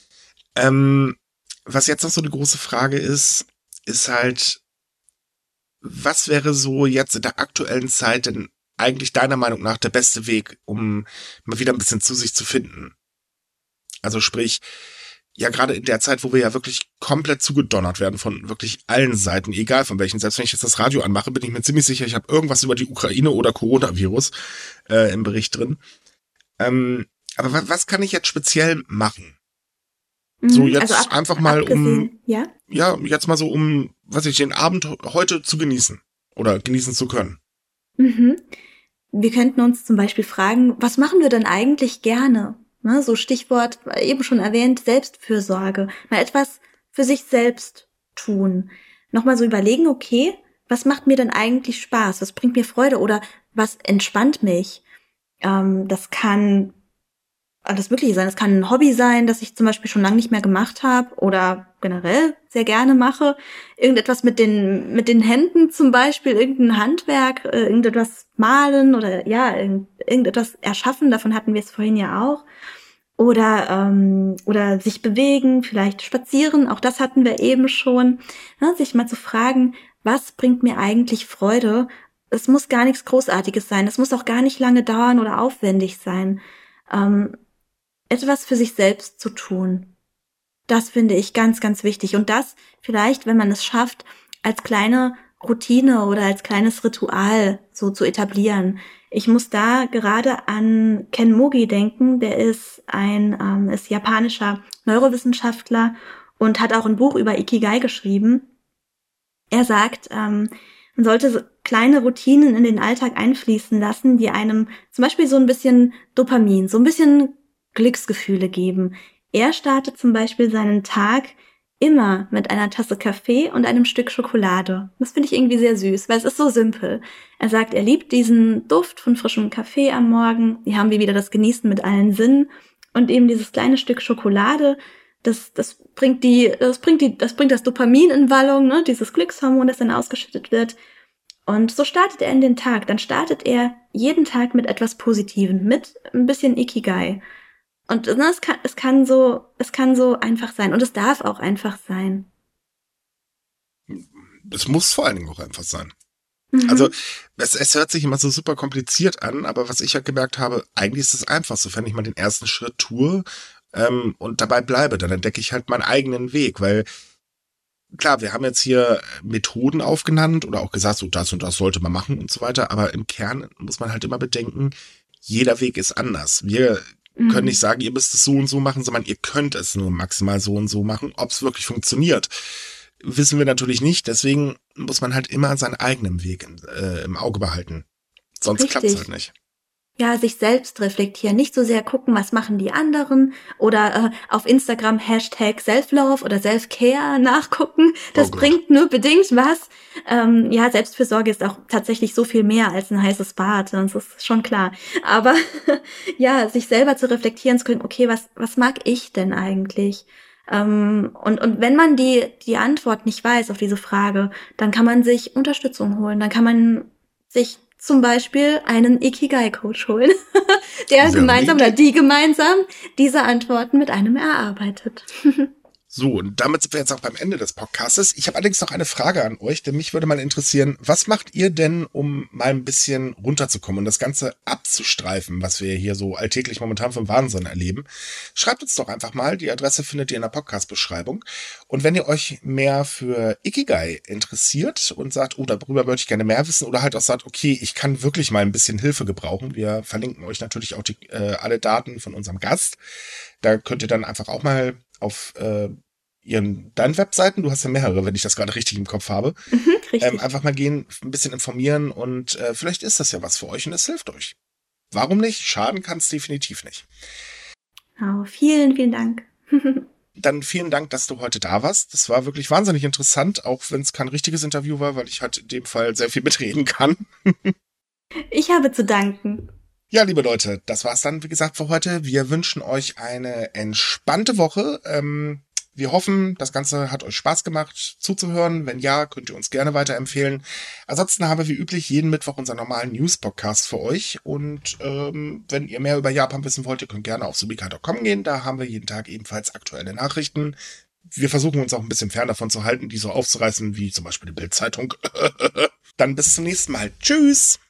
Was jetzt noch so eine große Frage ist halt, was wäre so jetzt in der aktuellen Zeit denn eigentlich deiner Meinung nach der beste Weg, um mal wieder ein bisschen zu sich zu finden? Also sprich, ja gerade in der Zeit, wo wir ja wirklich komplett zugedonnert werden von wirklich allen Seiten, egal von welchen. Selbst wenn ich jetzt das Radio anmache, bin ich mir ziemlich sicher, ich habe irgendwas über die Ukraine oder Coronavirus im Bericht drin. Aber was kann ich jetzt speziell machen? So jetzt also einfach mal jetzt mal so den Abend heute zu genießen oder genießen zu können. Wir könnten uns zum Beispiel fragen, was machen wir denn eigentlich gerne? Ne, so Stichwort, eben schon erwähnt, Selbstfürsorge. Mal etwas für sich selbst tun. Nochmal so überlegen, okay, was macht mir denn eigentlich Spaß? Was bringt mir Freude? Oder was entspannt mich? Das kann alles Mögliche sein. Es kann ein Hobby sein, das ich zum Beispiel schon lange nicht mehr gemacht habe oder generell sehr gerne mache. Irgendetwas mit den Händen zum Beispiel, irgendein Handwerk, irgendetwas malen oder ja, irgendetwas erschaffen. Davon hatten wir es vorhin ja auch. Oder sich bewegen, vielleicht spazieren. Auch das hatten wir eben schon. Ne, sich mal zu fragen, was bringt mir eigentlich Freude? Es muss gar nichts Großartiges sein. Es muss auch gar nicht lange dauern oder aufwendig sein. Etwas für sich selbst zu tun. Das finde ich ganz, ganz wichtig. Und das vielleicht, wenn man es schafft, als kleine Routine oder als kleines Ritual so zu etablieren. Ich muss da gerade an Ken Mogi denken. Der ist ist japanischer Neurowissenschaftler und hat auch ein Buch über Ikigai geschrieben. Er sagt, man sollte so kleine Routinen in den Alltag einfließen lassen, die einem zum Beispiel so ein bisschen Dopamin, so ein bisschen Glücksgefühle geben. Er startet zum Beispiel seinen Tag immer mit einer Tasse Kaffee und einem Stück Schokolade. Das finde ich irgendwie sehr süß, weil es ist so simpel. Er sagt, er liebt diesen Duft von frischem Kaffee am Morgen. Hier haben wir wieder das Genießen mit allen Sinnen. Und eben dieses kleine Stück Schokolade, das bringt das Dopamin in Wallung, ne? Dieses Glückshormon, das dann ausgeschüttet wird. Und so startet er in den Tag. Dann startet er jeden Tag mit etwas Positivem, mit ein bisschen Ikigai. Und ne, es kann so einfach sein. Und es darf auch einfach sein. Es muss vor allen Dingen auch einfach sein. Mhm. Also es hört sich immer so super kompliziert an, aber was ich ja gemerkt habe, eigentlich ist es einfach, sofern ich mal den ersten Schritt tue und dabei bleibe, dann entdecke ich halt meinen eigenen Weg, weil klar, wir haben jetzt hier Methoden aufgenannt oder auch gesagt, so das und das sollte man machen und so weiter, aber im Kern muss man halt immer bedenken, jeder Weg ist anders. Wir können nicht sagen, ihr müsst es so und so machen, sondern ihr könnt es nur maximal so und so machen. Ob es wirklich funktioniert, wissen wir natürlich nicht. Deswegen muss man halt immer seinen eigenen Weg im Auge behalten. Sonst klappt es halt nicht. Ja, sich selbst reflektieren, nicht so sehr gucken, was machen die anderen oder auf Instagram Hashtag Self-Love oder Self-Care nachgucken. Das bringt nur bedingt was. Ja, Selbstfürsorge ist auch tatsächlich so viel mehr als ein heißes Bad, das ist schon klar. Aber ja, sich selber zu reflektieren, zu können, okay, was mag ich denn eigentlich? Und wenn man die Antwort nicht weiß auf diese Frage, dann kann man sich Unterstützung holen, dann kann man sich zum Beispiel einen Ikigai-Coach holen, der gemeinsam oder die gemeinsam diese Antworten mit einem erarbeitet. So, und damit sind wir jetzt auch beim Ende des Podcastes. Ich habe allerdings noch eine Frage an euch, denn mich würde mal interessieren, was macht ihr denn, um mal ein bisschen runterzukommen und das Ganze abzustreifen, was wir hier so alltäglich momentan vom Wahnsinn erleben? Schreibt uns doch einfach mal, die Adresse findet ihr in der Podcast-Beschreibung. Und wenn ihr euch mehr für Ikigai interessiert und sagt, oh, darüber möchte ich gerne mehr wissen, oder halt auch sagt, okay, ich kann wirklich mal ein bisschen Hilfe gebrauchen. Wir verlinken euch natürlich auch alle Daten von unserem Gast. Da könnt ihr dann einfach auch mal auf deinen Webseiten, du hast ja mehrere, wenn ich das gerade richtig im Kopf habe, richtig. Einfach mal gehen, ein bisschen informieren und vielleicht ist das ja was für euch und es hilft euch. Warum nicht? Schaden kann es definitiv nicht. Oh, vielen, vielen Dank. Dann vielen Dank, dass du heute da warst. Das war wirklich wahnsinnig interessant, auch wenn es kein richtiges Interview war, weil ich halt in dem Fall sehr viel mitreden kann. Ich habe zu danken. Ja, liebe Leute, das war's dann, wie gesagt, für heute. Wir wünschen euch eine entspannte Woche. Wir hoffen, das Ganze hat euch Spaß gemacht zuzuhören. Wenn ja, könnt ihr uns gerne weiterempfehlen. Ansonsten haben wir wie üblich jeden Mittwoch unseren normalen News-Podcast für euch. Und wenn ihr mehr über Japan wissen wollt, ihr könnt gerne auf subika.com gehen. Da haben wir jeden Tag ebenfalls aktuelle Nachrichten. Wir versuchen uns auch ein bisschen fern davon zu halten, die so aufzureißen, wie zum Beispiel die Bild-Zeitung. Dann bis zum nächsten Mal. Tschüss!